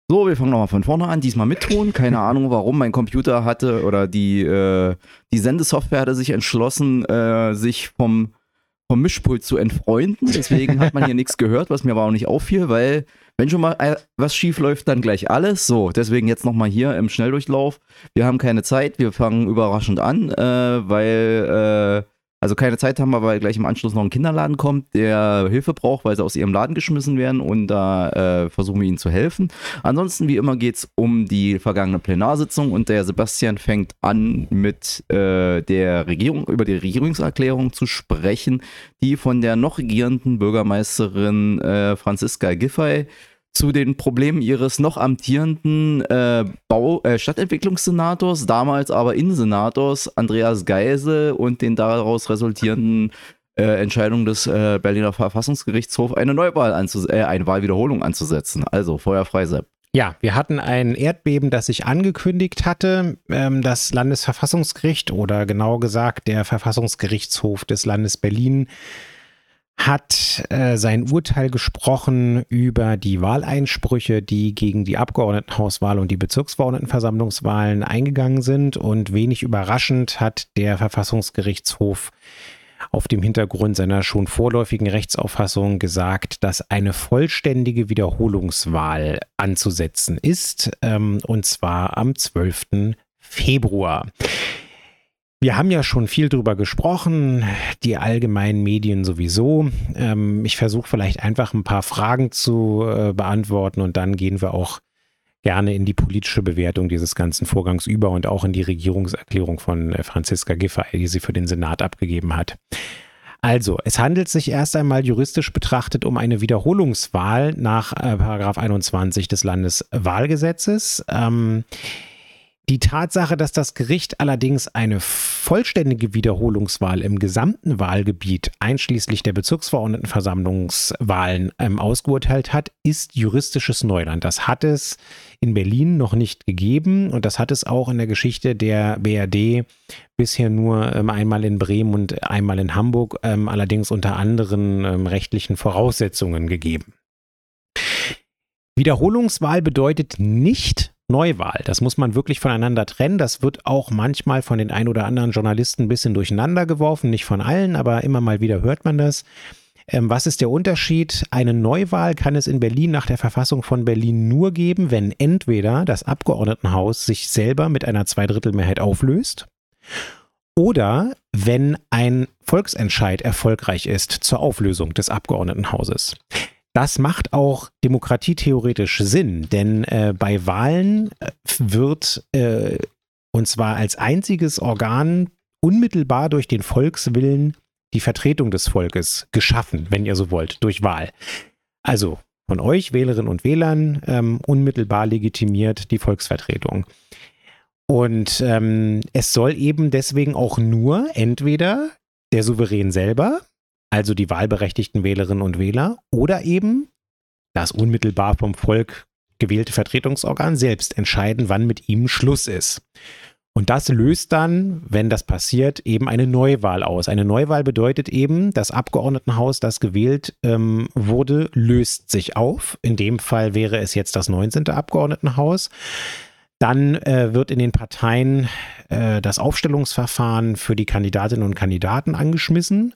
So, wir fangen nochmal von vorne an, diesmal mit Ton. Keine Ahnung warum, mein Computer hatte oder die Sendesoftware hatte sich entschlossen, sich vom Mischpult zu entfreunden. Deswegen hat man hier nichts gehört, was mir aber auch nicht auffiel, weil wenn schon mal was schief läuft, dann gleich alles. So, deswegen jetzt nochmal hier im Schnelldurchlauf. Wir haben keine Zeit, wir fangen überraschend an, also keine Zeit haben wir, weil gleich im Anschluss noch ein Kinderladen kommt, der Hilfe braucht, weil sie aus ihrem Laden geschmissen werden und da versuchen wir ihnen zu helfen. Ansonsten, wie immer, geht es um die vergangene Plenarsitzung und der Sebastian fängt an mit der Regierung, über die Regierungserklärung zu sprechen, die von der noch regierenden Bürgermeisterin Franziska Giffey zu den Problemen ihres noch amtierenden Stadtentwicklungssenators, damals aber Innensenators Andreas Geisel und den daraus resultierenden Entscheidungen des Berliner Verfassungsgerichtshofs eine Wahlwiederholung anzusetzen. Also Feuer frei, Sepp. Ja, wir hatten ein Erdbeben, das sich angekündigt hatte. Das Landesverfassungsgericht oder genau gesagt der Verfassungsgerichtshof des Landes Berlin hat sein Urteil gesprochen über die Wahleinsprüche, die gegen die Abgeordnetenhauswahl und die Bezirksverordnetenversammlungswahlen eingegangen sind. Und wenig überraschend hat der Verfassungsgerichtshof auf dem Hintergrund seiner schon vorläufigen Rechtsauffassung gesagt, dass eine vollständige Wiederholungswahl anzusetzen ist, und zwar am 12. Februar. Wir haben ja schon viel drüber gesprochen, die allgemeinen Medien sowieso. Ich versuche vielleicht einfach ein paar Fragen zu beantworten und dann gehen wir auch gerne in die politische Bewertung dieses ganzen Vorgangs über und auch in die Regierungserklärung von Franziska Giffey, die sie für den Senat abgegeben hat. Also, es handelt sich erst einmal juristisch betrachtet um eine Wiederholungswahl nach § 21 des Landeswahlgesetzes. Die Tatsache, dass das Gericht allerdings eine vollständige Wiederholungswahl im gesamten Wahlgebiet, einschließlich der Bezirksverordnetenversammlungswahlen, ausgeurteilt hat, ist juristisches Neuland. Das hat es in Berlin noch nicht gegeben und das hat es auch in der Geschichte der BRD bisher nur einmal in Bremen und einmal in Hamburg, allerdings unter anderen rechtlichen Voraussetzungen gegeben. Wiederholungswahl bedeutet nicht Neuwahl. Das muss man wirklich voneinander trennen. Das wird auch manchmal von den ein oder anderen Journalisten ein bisschen durcheinander geworfen. Nicht von allen, aber immer mal wieder hört man das. Was ist der Unterschied? Eine Neuwahl kann es in Berlin nach der Verfassung von Berlin nur geben, wenn entweder das Abgeordnetenhaus sich selber mit einer Zweidrittelmehrheit auflöst oder wenn ein Volksentscheid erfolgreich ist zur Auflösung des Abgeordnetenhauses. Das macht auch demokratietheoretisch Sinn, denn bei Wahlen wird, und zwar als einziges Organ, unmittelbar durch den Volkswillen die Vertretung des Volkes geschaffen, wenn ihr so wollt, durch Wahl. Also von euch, Wählerinnen und Wählern, unmittelbar legitimiert die Volksvertretung. Und es soll eben deswegen auch nur entweder der Souverän selber, also die wahlberechtigten Wählerinnen und Wähler, oder eben das unmittelbar vom Volk gewählte Vertretungsorgan selbst entscheiden, wann mit ihm Schluss ist. Und das löst dann, wenn das passiert, eben eine Neuwahl aus. Eine Neuwahl bedeutet eben, das Abgeordnetenhaus, das gewählt wurde, löst sich auf. In dem Fall wäre es jetzt das 19. Abgeordnetenhaus. Dann wird in den Parteien das Aufstellungsverfahren für die Kandidatinnen und Kandidaten angeschmissen.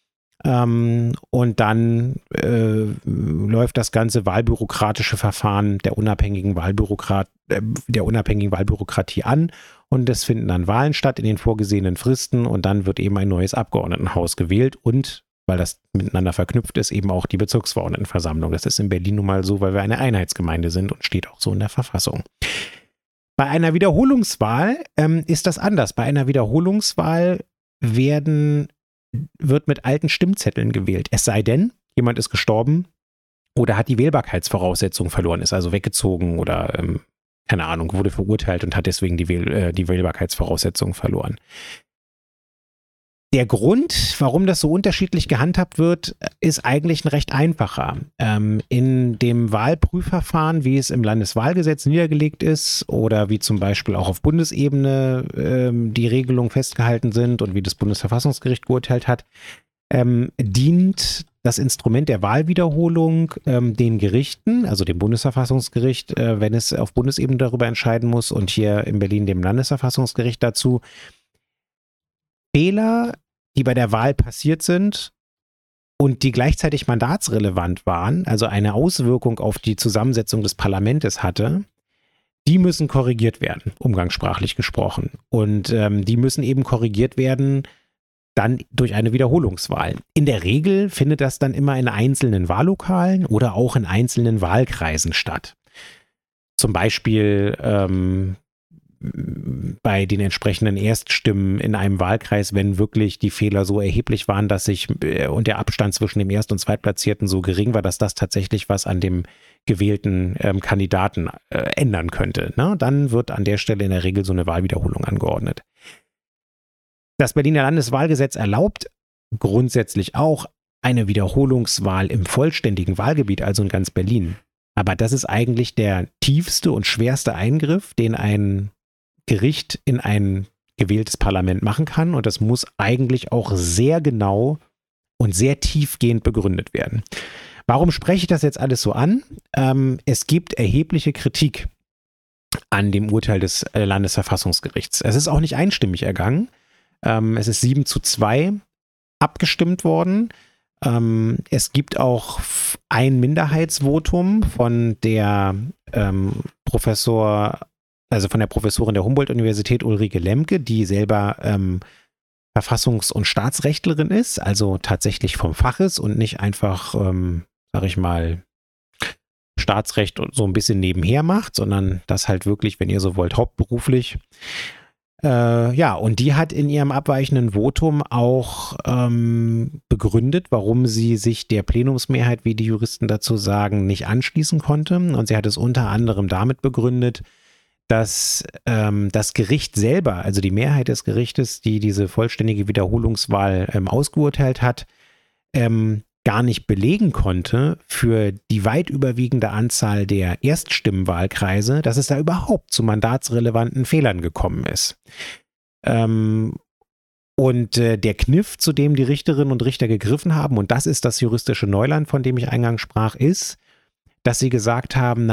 Und dann läuft das ganze wahlbürokratische Verfahren der unabhängigen Wahlbürokratie an und es finden dann Wahlen statt in den vorgesehenen Fristen und dann wird eben ein neues Abgeordnetenhaus gewählt und, weil das miteinander verknüpft ist, eben auch die Bezirksverordnetenversammlung. Das ist in Berlin nun mal so, weil wir eine Einheitsgemeinde sind und steht auch so in der Verfassung. Bei einer Wiederholungswahl ist das anders. Bei einer Wiederholungswahl wird mit alten Stimmzetteln gewählt. Es sei denn, jemand ist gestorben oder hat die Wählbarkeitsvoraussetzung verloren, ist also weggezogen oder, keine Ahnung, wurde verurteilt und hat deswegen die Wählbarkeitsvoraussetzung verloren. Der Grund, warum das so unterschiedlich gehandhabt wird, ist eigentlich ein recht einfacher. In dem Wahlprüfverfahren, wie es im Landeswahlgesetz niedergelegt ist oder wie zum Beispiel auch auf Bundesebene die Regelungen festgehalten sind und wie das Bundesverfassungsgericht geurteilt hat, dient das Instrument der Wahlwiederholung den Gerichten, also dem Bundesverfassungsgericht, wenn es auf Bundesebene darüber entscheiden muss, und hier in Berlin dem Landesverfassungsgericht dazu, Fehler, die bei der Wahl passiert sind und die gleichzeitig mandatsrelevant waren, also eine Auswirkung auf die Zusammensetzung des Parlaments hatte, die müssen korrigiert werden, umgangssprachlich gesprochen. Und die müssen eben korrigiert werden dann durch eine Wiederholungswahl. In der Regel findet das dann immer in einzelnen Wahllokalen oder auch in einzelnen Wahlkreisen statt. Zum Beispiel bei den entsprechenden Erststimmen in einem Wahlkreis, wenn wirklich die Fehler so erheblich waren, dass sich und der Abstand zwischen dem Erst- und Zweitplatzierten so gering war, dass das tatsächlich was an dem gewählten Kandidaten ändern könnte. Na, dann wird an der Stelle in der Regel so eine Wahlwiederholung angeordnet. Das Berliner Landeswahlgesetz erlaubt grundsätzlich auch eine Wiederholungswahl im vollständigen Wahlgebiet, also in ganz Berlin. Aber das ist eigentlich der tiefste und schwerste Eingriff, den ein Gericht in ein gewähltes Parlament machen kann. Und das muss eigentlich auch sehr genau und sehr tiefgehend begründet werden. Warum spreche ich das jetzt alles so an? Es gibt erhebliche Kritik an dem Urteil des Landesverfassungsgerichts. Es ist auch nicht einstimmig ergangen. Es ist 7:2 abgestimmt worden. Es gibt auch ein Minderheitsvotum von der von der Professorin der Humboldt-Universität Ulrike Lemke, die selber Verfassungs- und Staatsrechtlerin ist, also tatsächlich vom Fach ist und nicht einfach, sage ich mal, Staatsrecht so ein bisschen nebenher macht, sondern das halt wirklich, wenn ihr so wollt, hauptberuflich. Und die hat in ihrem abweichenden Votum auch begründet, warum sie sich der Plenumsmehrheit, wie die Juristen dazu sagen, nicht anschließen konnte. Und sie hat es unter anderem damit begründet, dass das Gericht selber, also die Mehrheit des Gerichtes, die diese vollständige Wiederholungswahl ausgeurteilt hat, gar nicht belegen konnte für die weit überwiegende Anzahl der Erststimmenwahlkreise, dass es da überhaupt zu mandatsrelevanten Fehlern gekommen ist. Der Kniff, zu dem die Richterinnen und Richter gegriffen haben, und das ist das juristische Neuland, von dem ich eingangs sprach, ist, dass sie gesagt haben,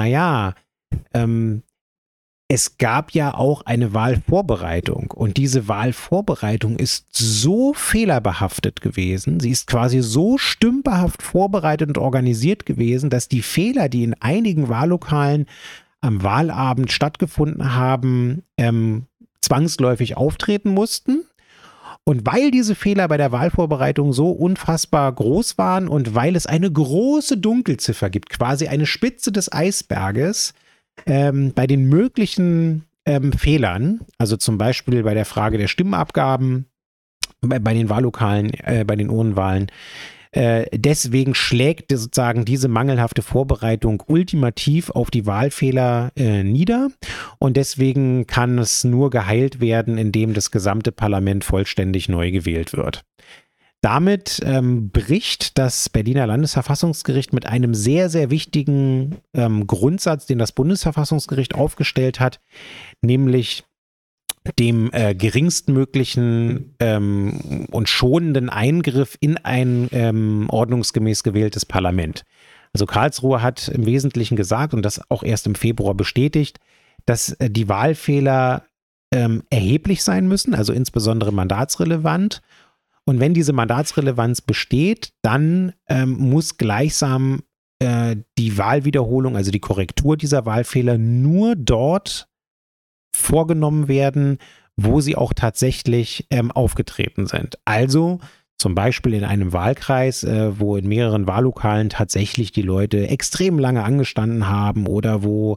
es gab ja auch eine Wahlvorbereitung, und diese Wahlvorbereitung ist so fehlerbehaftet gewesen, sie ist quasi so stümperhaft vorbereitet und organisiert gewesen, dass die Fehler, die in einigen Wahllokalen am Wahlabend stattgefunden haben, zwangsläufig auftreten mussten. Und weil diese Fehler bei der Wahlvorbereitung so unfassbar groß waren und weil es eine große Dunkelziffer gibt, quasi eine Spitze des Eisberges, bei den möglichen Fehlern, also zum Beispiel bei der Frage der Stimmabgaben, bei den Wahllokalen, bei den Urnenwahlen, deswegen schlägt sozusagen diese mangelhafte Vorbereitung ultimativ auf die Wahlfehler nieder, und deswegen kann es nur geheilt werden, indem das gesamte Parlament vollständig neu gewählt wird. Damit bricht das Berliner Landesverfassungsgericht mit einem sehr, sehr wichtigen Grundsatz, den das Bundesverfassungsgericht aufgestellt hat, nämlich dem geringstmöglichen und schonenden Eingriff in ein ordnungsgemäß gewähltes Parlament. Also Karlsruhe hat im Wesentlichen gesagt, und das auch erst im Februar bestätigt, dass die Wahlfehler erheblich sein müssen, also insbesondere mandatsrelevant. Und wenn diese Mandatsrelevanz besteht, dann muss gleichsam die Wahlwiederholung, also die Korrektur dieser Wahlfehler, nur dort vorgenommen werden, wo sie auch tatsächlich aufgetreten sind. Also zum Beispiel in einem Wahlkreis, wo in mehreren Wahllokalen tatsächlich die Leute extrem lange angestanden haben oder wo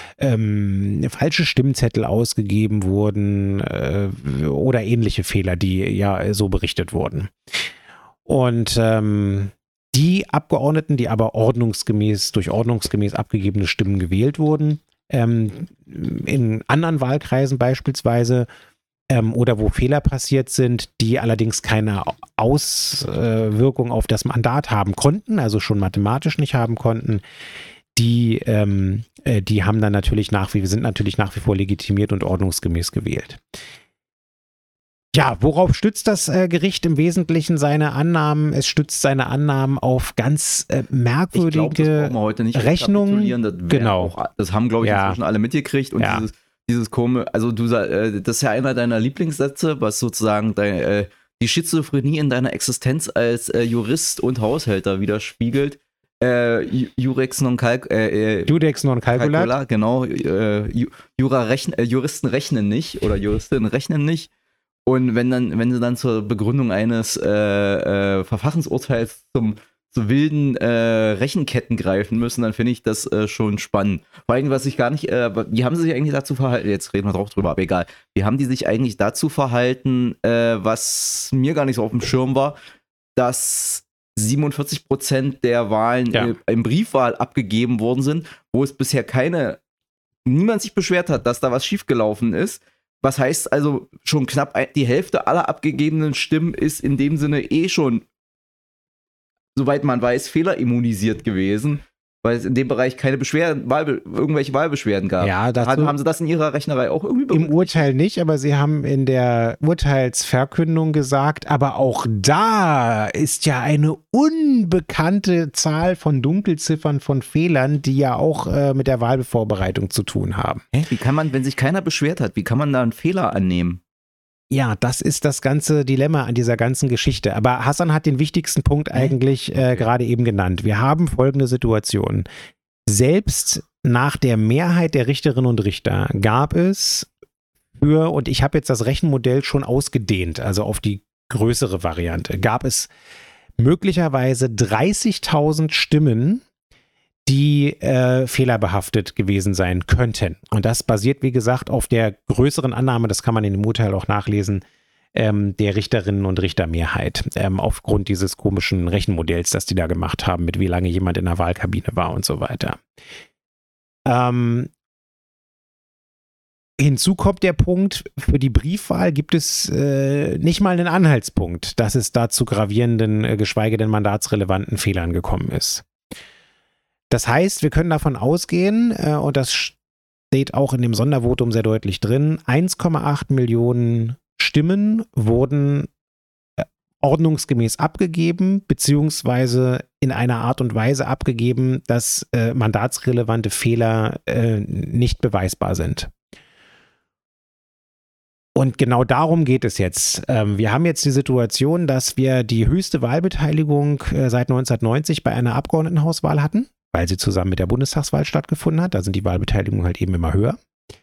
falsche Stimmzettel ausgegeben wurden oder ähnliche Fehler, die ja so berichtet wurden. Und die Abgeordneten, die aber durch ordnungsgemäß abgegebene Stimmen gewählt wurden, in anderen Wahlkreisen beispielsweise, oder wo Fehler passiert sind, die allerdings keine Auswirkung auf das Mandat haben konnten, also schon mathematisch nicht haben konnten, die haben dann sind natürlich nach wie vor legitimiert und ordnungsgemäß gewählt. Ja, worauf stützt das Gericht im Wesentlichen seine Annahmen? Es stützt seine Annahmen auf ganz merkwürdige das brauchen wir heute nicht Rechnungen. Genau. Das haben, glaube ich, inzwischen alle mitgekriegt. Und dieses komische, also das ist ja einer deiner Lieblingssätze, was sozusagen die Schizophrenie in deiner Existenz als Jurist und Haushälter widerspiegelt. Jurex non calcula, genau. Juristen rechnen nicht oder Juristinnen rechnen nicht. Und wenn sie dann zur Begründung eines Verfassungsurteils zu wilden Rechenketten greifen müssen, dann finde ich das schon spannend. Vor allem, was ich gar nicht, wie haben sie sich eigentlich dazu verhalten, jetzt reden wir drauf drüber, aber egal, wie haben die sich eigentlich dazu verhalten, was mir gar nicht so auf dem Schirm war, dass 47% der Wahlen im Briefwahl abgegeben worden sind, wo es bisher niemand sich beschwert hat, dass da was schiefgelaufen ist. Was heißt also, schon knapp die Hälfte aller abgegebenen Stimmen ist in dem Sinne schon, soweit man weiß, fehlerimmunisiert gewesen, weil es in dem Bereich keine irgendwelche Wahlbeschwerden gab. Ja, haben sie das in ihrer Rechnerei auch irgendwie berücksichtigt? Im Urteil nicht, aber sie haben in der Urteilsverkündung gesagt, aber auch da ist ja eine unbekannte Zahl von Dunkelziffern von Fehlern, die ja auch mit der Wahlvorbereitung zu tun haben. Wie kann man, wenn sich keiner beschwert hat, wie kann man da einen Fehler annehmen? Ja, das ist das ganze Dilemma an dieser ganzen Geschichte. Aber Hassan hat den wichtigsten Punkt eigentlich gerade eben genannt. Wir haben folgende Situation. Selbst nach der Mehrheit der Richterinnen und Richter gab es und ich habe jetzt das Rechenmodell schon ausgedehnt, also auf die größere Variante, gab es möglicherweise 30.000 Stimmen, die fehlerbehaftet gewesen sein könnten. Und das basiert, wie gesagt, auf der größeren Annahme, das kann man in dem Urteil auch nachlesen, der Richterinnen und Richtermehrheit, aufgrund dieses komischen Rechenmodells, das die da gemacht haben, mit wie lange jemand in der Wahlkabine war und so weiter. Hinzu kommt der Punkt, für die Briefwahl gibt es nicht mal einen Anhaltspunkt, dass es da zu gravierenden, geschweige denn mandatsrelevanten Fehlern gekommen ist. Das heißt, wir können davon ausgehen, und das steht auch in dem Sondervotum sehr deutlich drin, 1,8 Millionen Stimmen wurden ordnungsgemäß abgegeben, beziehungsweise in einer Art und Weise abgegeben, dass mandatsrelevante Fehler nicht beweisbar sind. Und genau darum geht es jetzt. Wir haben jetzt die Situation, dass wir die höchste Wahlbeteiligung seit 1990 bei einer Abgeordnetenhauswahl hatten, weil sie zusammen mit der Bundestagswahl stattgefunden hat. Da sind die Wahlbeteiligungen halt eben immer höher.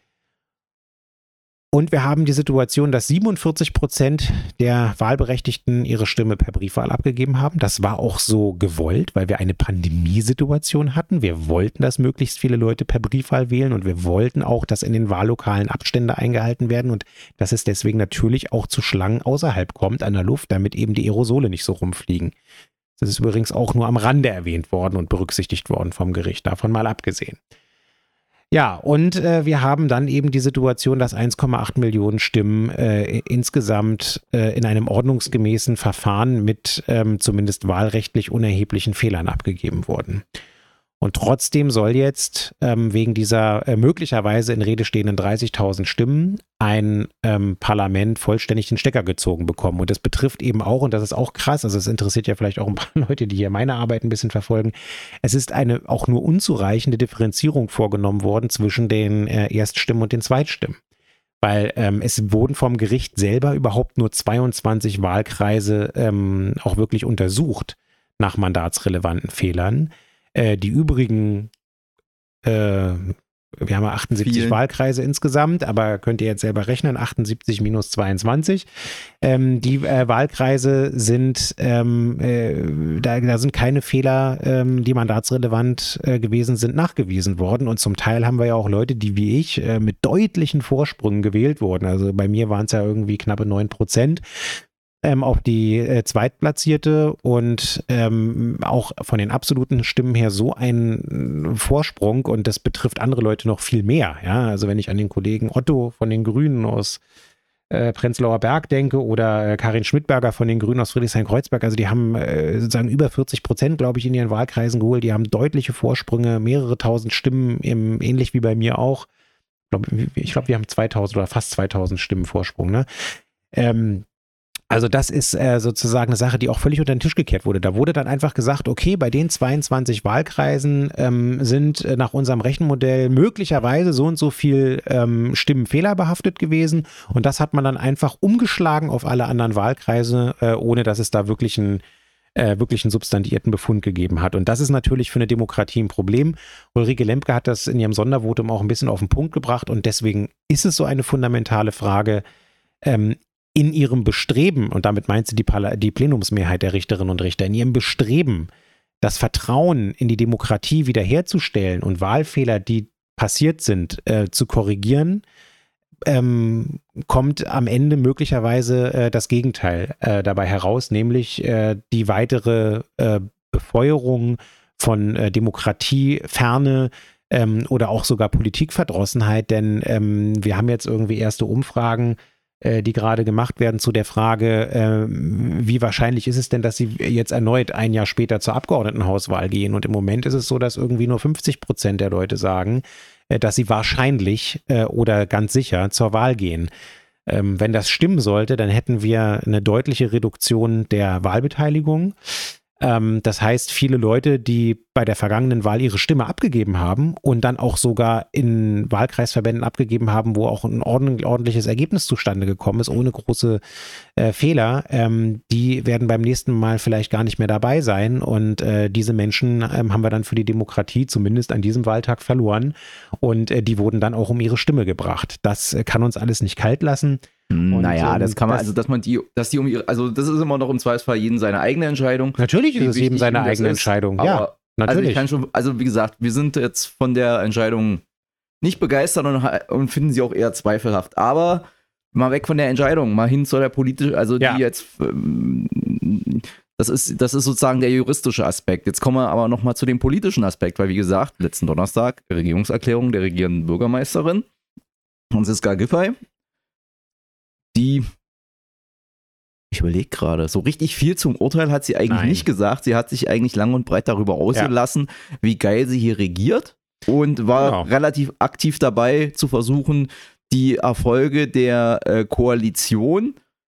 Und wir haben die Situation, dass 47% der Wahlberechtigten ihre Stimme per Briefwahl abgegeben haben. Das war auch so gewollt, weil wir eine Pandemiesituation hatten. Wir wollten, dass möglichst viele Leute per Briefwahl wählen und wir wollten auch, dass in den Wahllokalen Abstände eingehalten werden und dass es deswegen natürlich auch zu Schlangen außerhalb kommt an der Luft, damit eben die Aerosole nicht so rumfliegen. Das ist übrigens auch nur am Rande erwähnt worden und berücksichtigt worden vom Gericht, davon mal abgesehen. Ja, und wir haben dann eben die Situation, dass 1,8 Millionen Stimmen insgesamt in einem ordnungsgemäßen Verfahren mit zumindest wahlrechtlich unerheblichen Fehlern abgegeben wurden. Und trotzdem soll jetzt wegen dieser möglicherweise in Rede stehenden 30.000 Stimmen ein Parlament vollständig den Stecker gezogen bekommen. Und das betrifft eben auch, und das ist auch krass, also es interessiert ja vielleicht auch ein paar Leute, die hier meine Arbeit ein bisschen verfolgen, es ist eine auch nur unzureichende Differenzierung vorgenommen worden zwischen den Erststimmen und den Zweitstimmen. Weil es wurden vom Gericht selber überhaupt nur 22 Wahlkreise auch wirklich untersucht nach mandatsrelevanten Fehlern. Die übrigen, wir haben ja 78 Wahlkreise insgesamt, aber könnt ihr jetzt selber rechnen, 78 minus 22. Die Wahlkreise sind, da sind keine Fehler, die mandatsrelevant gewesen sind, nachgewiesen worden. Und zum Teil haben wir ja auch Leute, die wie ich mit deutlichen Vorsprüngen gewählt wurden. Also bei mir waren es ja irgendwie knappe 9%. Auf die Zweitplatzierte und auch von den absoluten Stimmen her so ein Vorsprung und das betrifft andere Leute noch viel mehr. Ja? Also wenn ich an den Kollegen Otto von den Grünen aus Prenzlauer Berg denke oder Karin Schmidberger von den Grünen aus Friedrichshain-Kreuzberg, also die haben sozusagen über 40%, glaube ich, in ihren Wahlkreisen geholt. Die haben deutliche Vorsprünge, mehrere tausend Stimmen, ähnlich wie bei mir auch. Ich glaube, wir haben 2000 oder fast 2000 Stimmen Vorsprung, ne? Also das ist sozusagen eine Sache, die auch völlig unter den Tisch gekehrt wurde. Da wurde dann einfach gesagt, okay, bei den 22 Wahlkreisen sind nach unserem Rechenmodell möglicherweise so und so viel Stimmen fehlerbehaftet gewesen und das hat man dann einfach umgeschlagen auf alle anderen Wahlkreise, ohne dass es da wirklich einen substantiierten Befund gegeben hat. Und das ist natürlich für eine Demokratie ein Problem. Ulrike Lemke hat das in ihrem Sondervotum auch ein bisschen auf den Punkt gebracht und deswegen ist es so eine fundamentale Frage, in ihrem Bestreben, und damit meint sie die Plenumsmehrheit der Richterinnen und Richter, in ihrem Bestreben, das Vertrauen in die Demokratie wiederherzustellen und Wahlfehler, die passiert sind, zu korrigieren, kommt am Ende möglicherweise das Gegenteil dabei heraus, nämlich die weitere Befeuerung von Demokratieferne oder auch sogar Politikverdrossenheit, denn wir haben jetzt irgendwie erste Umfragen, die gerade gemacht werden zu der Frage, wie wahrscheinlich ist es denn, dass sie jetzt erneut ein Jahr später zur Abgeordnetenhauswahl gehen? Und im Moment ist es so, dass irgendwie nur 50% der Leute sagen, dass sie wahrscheinlich oder ganz sicher zur Wahl gehen. Wenn das stimmen sollte, dann hätten wir eine deutliche Reduktion der Wahlbeteiligung. Das heißt, viele Leute, die bei der vergangenen Wahl ihre Stimme abgegeben haben und dann auch sogar in Wahlkreisverbänden abgegeben haben, wo auch ein ordentliches Ergebnis zustande gekommen ist, ohne große Fehler, die werden beim nächsten Mal vielleicht gar nicht mehr dabei sein. Und diese Menschen haben wir dann für die Demokratie zumindest an diesem Wahltag verloren. Und die wurden dann auch um ihre Stimme gebracht. Das kann uns alles nicht kalt lassen. Und, naja, das kann man, also dass die um ihre, also das ist immer noch im Zweifelsfall jedem seine eigene Entscheidung. Natürlich ist es jedem seine eigene Entscheidung, ja, natürlich. Also wie gesagt, wir sind jetzt von der Entscheidung nicht begeistert und finden sie auch eher zweifelhaft, aber mal weg von der Entscheidung, mal hin zu der politischen, also die jetzt, das ist sozusagen der juristische Aspekt. Jetzt kommen wir aber nochmal zu dem politischen Aspekt, weil wie gesagt, letzten Donnerstag Regierungserklärung der regierenden Bürgermeisterin Franziska Giffey, die, ich überlege gerade, so richtig viel zum Urteil hat sie eigentlich nicht gesagt. Sie hat sich eigentlich lang und breit darüber ausgelassen, wie geil sie hier regiert und war relativ aktiv dabei zu versuchen, die Erfolge der Koalition,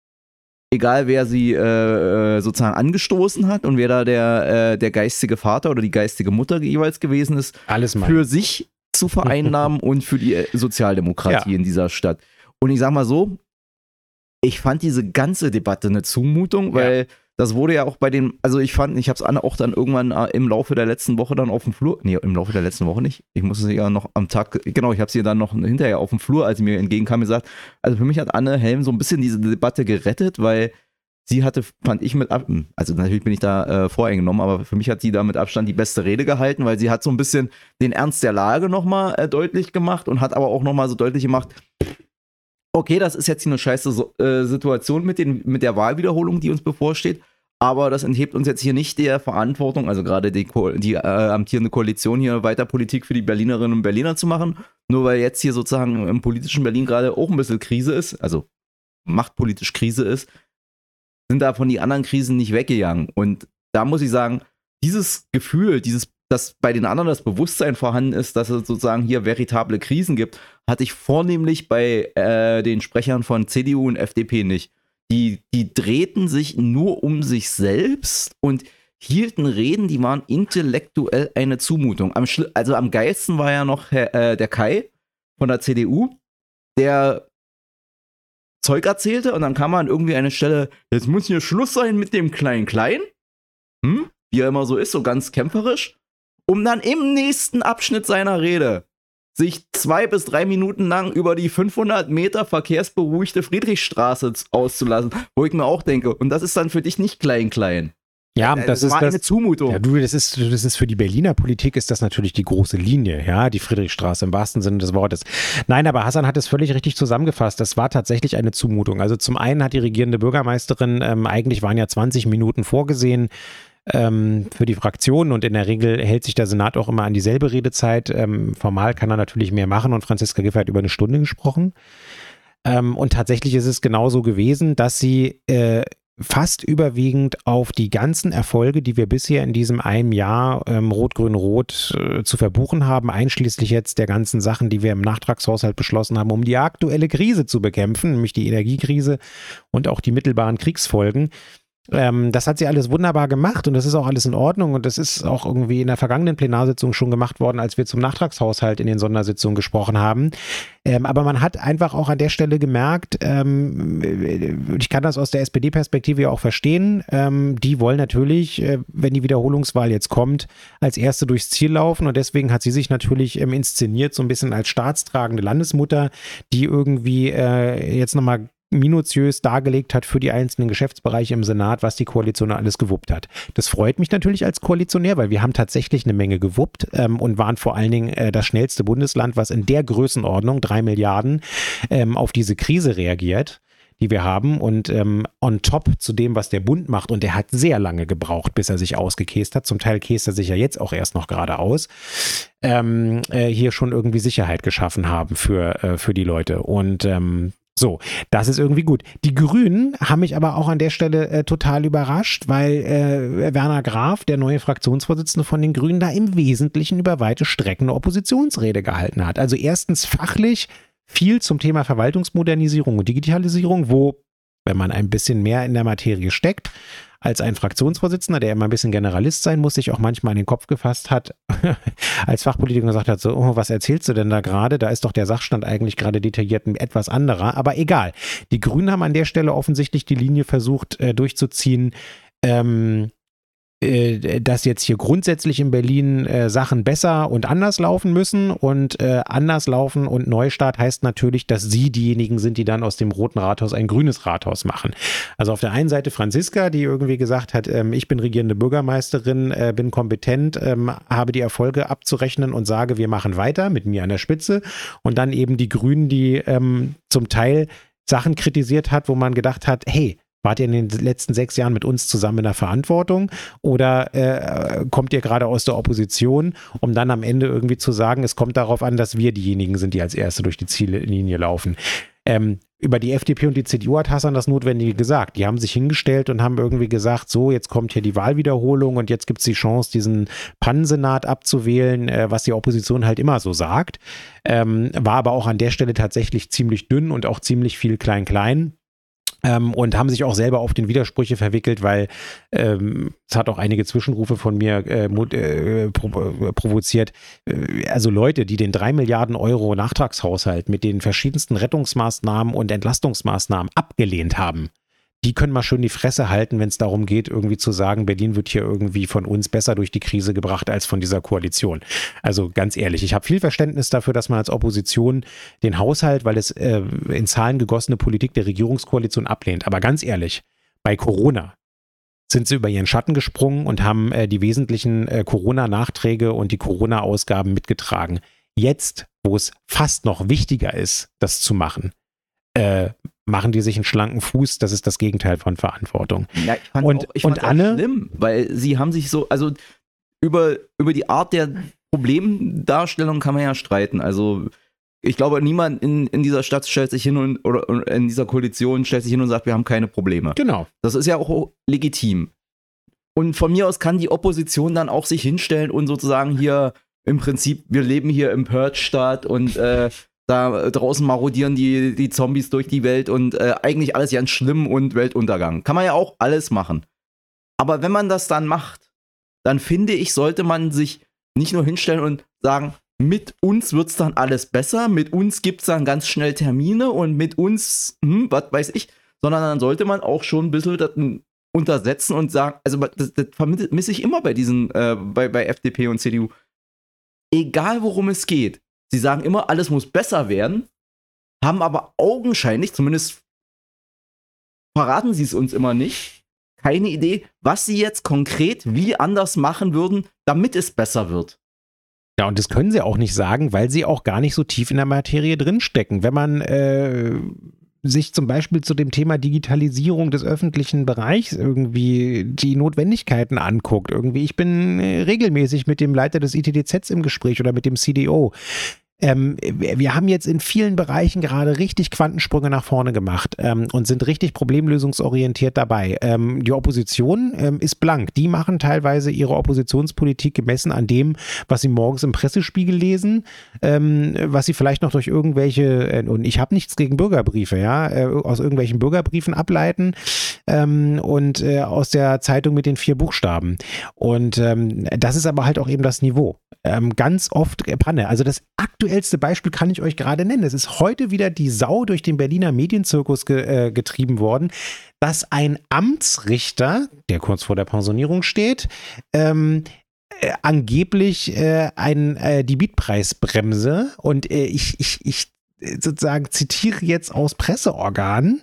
egal wer sie sozusagen angestoßen hat und wer da der geistige Vater oder die geistige Mutter jeweils gewesen ist, für sich zu vereinnahmen und für die Sozialdemokratie in dieser Stadt. Und ich sag mal so, ich fand diese ganze Debatte eine Zumutung, weil das wurde ja auch bei den, also ich habe es auch dann irgendwann im Laufe der letzten Woche dann auf dem Flur, nee, im Laufe der letzten Woche nicht, ich musste sie ja noch am Tag, genau, ich habe sie dann noch hinterher auf dem Flur, als sie mir entgegenkam, gesagt, also für mich hat Anne Helm so ein bisschen diese Debatte gerettet, weil sie hatte, fand ich also natürlich bin ich da voreingenommen, aber für mich hat sie da mit Abstand die beste Rede gehalten, weil sie hat so ein bisschen den Ernst der Lage nochmal deutlich gemacht und hat aber auch nochmal so deutlich gemacht, okay, das ist jetzt hier eine scheiße Situation mit der Wahlwiederholung, die uns bevorsteht, aber das enthebt uns jetzt hier nicht der Verantwortung, also gerade die amtierende Koalition hier weiter Politik für die Berlinerinnen und Berliner zu machen, nur weil jetzt hier sozusagen im politischen Berlin gerade auch ein bisschen Krise ist, also machtpolitisch Krise ist, sind da von den anderen Krisen nicht weggegangen. Und da muss ich sagen, dieses Gefühl, dass bei den anderen das Bewusstsein vorhanden ist, dass es sozusagen hier veritable Krisen gibt, hatte ich vornehmlich bei den Sprechern von CDU und FDP nicht. Die drehten sich nur um sich selbst und hielten Reden, die waren intellektuell eine Zumutung. Also am geilsten war ja noch der Kai von der CDU, der Zeug erzählte und dann kam man an irgendwie eine Stelle, jetzt muss hier Schluss sein mit dem Klein-Klein, wie er immer so ist, so ganz kämpferisch, um dann im nächsten Abschnitt seiner Rede sich 2 bis 3 Minuten lang über die 500 Meter verkehrsberuhigte Friedrichstraße auszulassen, wo ich mir auch denke, und das ist dann für dich nicht Klein-Klein. Ja, das ist eine Zumutung. Ja, das ist für die Berliner Politik ist das natürlich die große Linie, ja, die Friedrichstraße im wahrsten Sinne des Wortes. Nein, aber Hassan hat es völlig richtig zusammengefasst. Das war tatsächlich eine Zumutung. Also zum einen hat die regierende Bürgermeisterin, eigentlich waren ja 20 Minuten vorgesehen für die Fraktionen und in der Regel hält sich der Senat auch immer an dieselbe Redezeit. Formal kann er natürlich mehr machen und Franziska Giffey hat über eine Stunde gesprochen. Und tatsächlich ist es genauso gewesen, dass sie fast überwiegend auf die ganzen Erfolge, die wir bisher in diesem einem Jahr Rot-Grün-Rot zu verbuchen haben, einschließlich jetzt der ganzen Sachen, die wir im Nachtragshaushalt beschlossen haben, um die aktuelle Krise zu bekämpfen, nämlich die Energiekrise und auch die mittelbaren Kriegsfolgen. Das hat sie alles wunderbar gemacht und das ist auch alles in Ordnung und das ist auch irgendwie in der vergangenen Plenarsitzung schon gemacht worden, als wir zum Nachtragshaushalt in den Sondersitzungen gesprochen haben. Aber man hat einfach auch an der Stelle gemerkt, ich kann das aus der SPD-Perspektive ja auch verstehen, die wollen natürlich, wenn die Wiederholungswahl jetzt kommt, als Erste durchs Ziel laufen und deswegen hat sie sich natürlich inszeniert, so ein bisschen als staatstragende Landesmutter, die irgendwie jetzt nochmal minutiös dargelegt hat für die einzelnen Geschäftsbereiche im Senat, was die Koalition alles gewuppt hat. Das freut mich natürlich als Koalitionär, weil wir haben tatsächlich eine Menge gewuppt und waren vor allen Dingen das schnellste Bundesland, was in der Größenordnung 3 Milliarden auf diese Krise reagiert, die wir haben und on top zu dem, was der Bund macht und der hat sehr lange gebraucht, bis er sich ausgekäst hat. Zum Teil käst er sich ja jetzt auch erst noch gerade aus. Hier schon irgendwie Sicherheit geschaffen haben für die Leute und so, das ist irgendwie gut. Die Grünen haben mich aber auch an der Stelle total überrascht, weil Werner Graf, der neue Fraktionsvorsitzende von den Grünen, da im Wesentlichen über weite Strecken eine Oppositionsrede gehalten hat. Also erstens fachlich viel zum Thema Verwaltungsmodernisierung und Digitalisierung, wo, wenn man ein bisschen mehr in der Materie steckt, als ein Fraktionsvorsitzender, der immer ein bisschen Generalist sein muss, sich auch manchmal in den Kopf gefasst hat, als Fachpolitiker gesagt hat, so, oh, was erzählst du denn da gerade? Da ist doch der Sachstand eigentlich gerade detailliert ein etwas anderer, aber egal. Die Grünen haben an der Stelle offensichtlich die Linie versucht durchzuziehen, dass jetzt hier grundsätzlich in Berlin Sachen besser und anders laufen müssen und anders laufen und Neustart heißt natürlich, dass sie diejenigen sind, die dann aus dem Roten Rathaus ein grünes Rathaus machen. Also auf der einen Seite Franziska, die irgendwie gesagt hat, ich bin regierende Bürgermeisterin, bin kompetent, habe die Erfolge abzurechnen und sage, wir machen weiter mit mir an der Spitze und dann eben die Grünen, die zum Teil Sachen kritisiert hat, wo man gedacht hat, hey, wart ihr in den letzten 6 Jahren mit uns zusammen in der Verantwortung oder kommt ihr gerade aus der Opposition, um dann am Ende irgendwie zu sagen, es kommt darauf an, dass wir diejenigen sind, die als Erste durch die Ziellinie laufen. Über die FDP und die CDU hat Hassan das Notwendige gesagt. Die haben sich hingestellt und haben irgendwie gesagt, so, jetzt kommt hier die Wahlwiederholung und jetzt gibt es die Chance, diesen Pannensenat abzuwählen, was die Opposition halt immer so sagt. War aber auch an der Stelle tatsächlich ziemlich dünn und auch ziemlich viel Klein-Klein. Und haben sich auch selber auf den Widersprüche verwickelt, weil es hat auch einige Zwischenrufe von mir provoziert. Also Leute, die den 3 Milliarden Euro Nachtragshaushalt mit den verschiedensten Rettungsmaßnahmen und Entlastungsmaßnahmen abgelehnt haben, die können mal schön die Fresse halten, wenn es darum geht, irgendwie zu sagen, Berlin wird hier irgendwie von uns besser durch die Krise gebracht als von dieser Koalition. Also ganz ehrlich, ich habe viel Verständnis dafür, dass man als Opposition den Haushalt, weil es in Zahlen gegossene Politik der Regierungskoalition ablehnt. Aber ganz ehrlich, bei Corona sind sie über ihren Schatten gesprungen und haben die wesentlichen Corona-Nachträge und die Corona-Ausgaben mitgetragen. Jetzt, wo es fast noch wichtiger ist, das zu machen, machen die sich einen schlanken Fuß, das ist das Gegenteil von Verantwortung. Ja, ich fand Anne, schlimm, weil sie haben sich so, also über die Art der Problemdarstellung kann man ja streiten. Also ich glaube, niemand in dieser Stadt stellt sich hin oder in dieser Koalition stellt sich hin und sagt, wir haben keine Probleme. Genau. Das ist ja auch legitim. Und von mir aus kann die Opposition dann auch sich hinstellen und sozusagen hier im Prinzip, wir leben hier im Purge-Staat und da draußen marodieren die Zombies durch die Welt und eigentlich alles ganz schlimm und Weltuntergang. Kann man ja auch alles machen. Aber wenn man das dann macht, dann finde ich, sollte man sich nicht nur hinstellen und sagen, mit uns wird's dann alles besser, mit uns gibt's dann ganz schnell Termine und mit uns, was weiß ich, sondern dann sollte man auch schon ein bisschen das untersetzen und sagen, also das vermisse ich immer bei diesen, bei FDP und CDU. Egal worum es geht. Sie sagen immer, alles muss besser werden, haben aber augenscheinlich, zumindest verraten sie es uns immer nicht, keine Idee, was sie jetzt konkret wie anders machen würden, damit es besser wird. Ja, und das können sie auch nicht sagen, weil sie auch gar nicht so tief in der Materie drinstecken. Wenn man sich zum Beispiel zu dem Thema Digitalisierung des öffentlichen Bereichs irgendwie die Notwendigkeiten anguckt. Irgendwie, ich bin regelmäßig mit dem Leiter des ITDZ im Gespräch oder mit dem CDO. Wir haben jetzt in vielen Bereichen gerade richtig Quantensprünge nach vorne gemacht und sind richtig problemlösungsorientiert dabei. Die Opposition ist blank. Die machen teilweise ihre Oppositionspolitik gemessen an dem, was sie morgens im Pressespiegel lesen, was sie vielleicht noch durch irgendwelche, und ich habe nichts gegen Bürgerbriefe, ja, aus irgendwelchen Bürgerbriefen ableiten und aus der Zeitung mit den 4 Buchstaben. Und das ist aber halt auch eben das Niveau. Ganz oft Panne. Also das aktuellste Beispiel kann ich euch gerade nennen. Es ist heute wieder die Sau durch den Berliner Medienzirkus getrieben worden, dass ein Amtsrichter, der kurz vor der Pensionierung steht, angeblich die Mietpreisbremse, und ich sozusagen zitiere jetzt aus Presseorganen,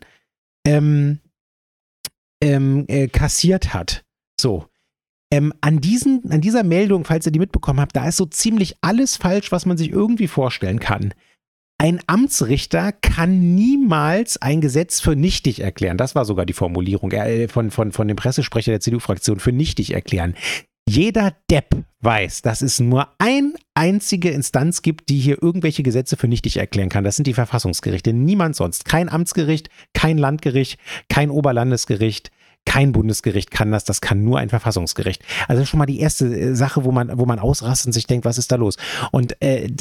kassiert hat. So. An dieser Meldung, falls ihr die mitbekommen habt, da ist so ziemlich alles falsch, was man sich irgendwie vorstellen kann. Ein Amtsrichter kann niemals ein Gesetz für nichtig erklären. Das war sogar die Formulierung von dem Pressesprecher der CDU-Fraktion, für nichtig erklären. Jeder Depp weiß, dass es nur eine einzige Instanz gibt, die hier irgendwelche Gesetze für nichtig erklären kann. Das sind die Verfassungsgerichte. Niemand sonst. Kein Amtsgericht, kein Landgericht, kein Oberlandesgericht. Kein Bundesgericht kann das, das kann nur ein Verfassungsgericht. Also schon mal die erste Sache, wo man ausrastet und sich denkt, was ist da los? Und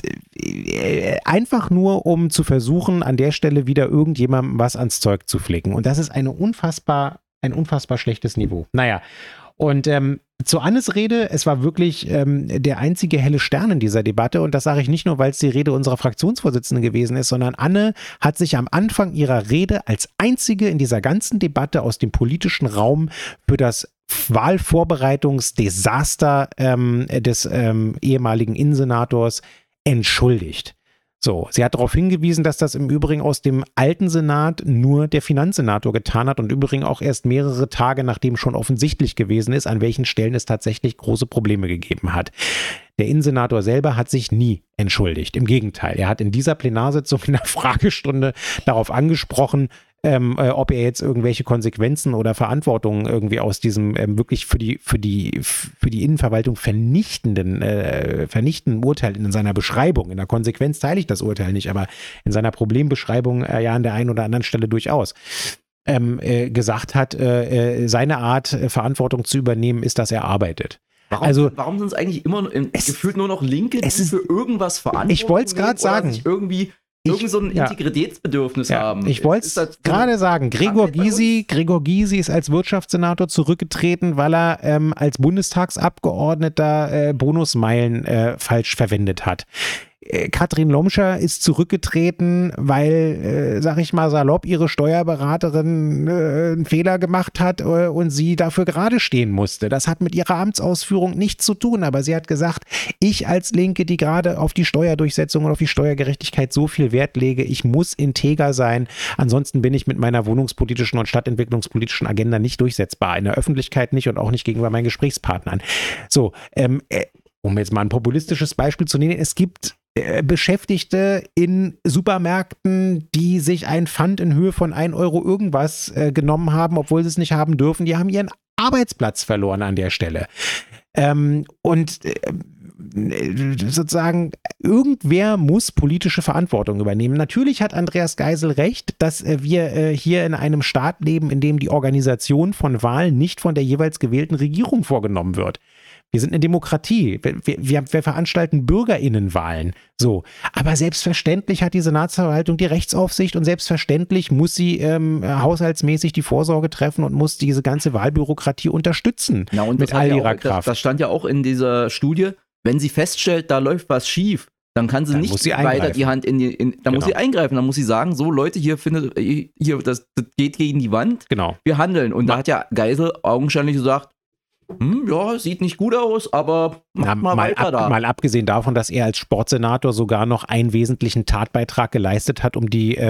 einfach nur, um zu versuchen, an der Stelle wieder irgendjemandem was ans Zeug zu flicken. Und das ist ein unfassbar schlechtes Niveau. Naja, und zu Annes Rede, es war wirklich der einzige helle Stern in dieser Debatte, und das sage ich nicht nur, weil es die Rede unserer Fraktionsvorsitzenden gewesen ist, sondern Anne hat sich am Anfang ihrer Rede als einzige in dieser ganzen Debatte aus dem politischen Raum für das Wahlvorbereitungsdesaster des ehemaligen Innensenators entschuldigt. So, sie hat darauf hingewiesen, dass das im Übrigen aus dem alten Senat nur der Finanzsenator getan hat und übrigens auch erst mehrere Tage, nachdem schon offensichtlich gewesen ist, an welchen Stellen es tatsächlich große Probleme gegeben hat. Der Innensenator selber hat sich nie entschuldigt. Im Gegenteil, er hat in dieser Plenarsitzung in der Fragestunde darauf angesprochen, ob er jetzt irgendwelche Konsequenzen oder Verantwortung irgendwie aus diesem wirklich für die Innenverwaltung vernichtenden Urteil in seiner Beschreibung, in der Konsequenz teile ich das Urteil nicht, aber in seiner Problembeschreibung ja an der einen oder anderen Stelle durchaus gesagt hat, seine Art, Verantwortung zu übernehmen, ist, dass er arbeitet. Warum sind es eigentlich immer gefühlt nur noch Linke, die für irgendwas verantwortlich sind? Ich wollte es gerade sagen. Irgend so ein Integritätsbedürfnis haben. Ich wollte es gerade sagen, Gregor Gysi ist als Wirtschaftssenator zurückgetreten, weil er als Bundestagsabgeordneter Bonusmeilen falsch verwendet hat. Katrin Lomscher ist zurückgetreten, weil, sag ich mal salopp, ihre Steuerberaterin einen Fehler gemacht hat und sie dafür gerade stehen musste. Das hat mit ihrer Amtsausführung nichts zu tun, aber sie hat gesagt, ich als Linke, die gerade auf die Steuerdurchsetzung und auf die Steuergerechtigkeit so viel Wert lege, ich muss integer sein, ansonsten bin ich mit meiner wohnungspolitischen und stadtentwicklungspolitischen Agenda nicht durchsetzbar, in der Öffentlichkeit nicht und auch nicht gegenüber meinen Gesprächspartnern. So, um jetzt mal ein populistisches Beispiel zu nehmen, es gibt Beschäftigte in Supermärkten, die sich ein Pfand in Höhe von 1 Euro irgendwas genommen haben, obwohl sie es nicht haben dürfen. Die haben ihren Arbeitsplatz verloren an der Stelle. Sozusagen, irgendwer muss politische Verantwortung übernehmen. Natürlich hat Andreas Geisel recht, dass wir hier in einem Staat leben, in dem die Organisation von Wahlen nicht von der jeweils gewählten Regierung vorgenommen wird. Wir sind eine Demokratie. Wir veranstalten BürgerInnenwahlen. So. Aber selbstverständlich hat die Senatsverwaltung die Rechtsaufsicht und selbstverständlich muss sie haushaltsmäßig die Vorsorge treffen und muss diese ganze Wahlbürokratie unterstützen. Na, und mit all ihrer Kraft. Das stand ja auch in dieser Studie, wenn sie feststellt, da läuft was schief, dann kann sie nicht weiter die Hand dann muss sie eingreifen, dann muss sie sagen, so Leute, das geht gegen die Wand, wir handeln. Und da hat ja Geisel augenscheinlich gesagt, ja, sieht nicht gut aus, aber mal abgesehen davon, dass er als Sportsenator sogar noch einen wesentlichen Tatbeitrag geleistet hat, um die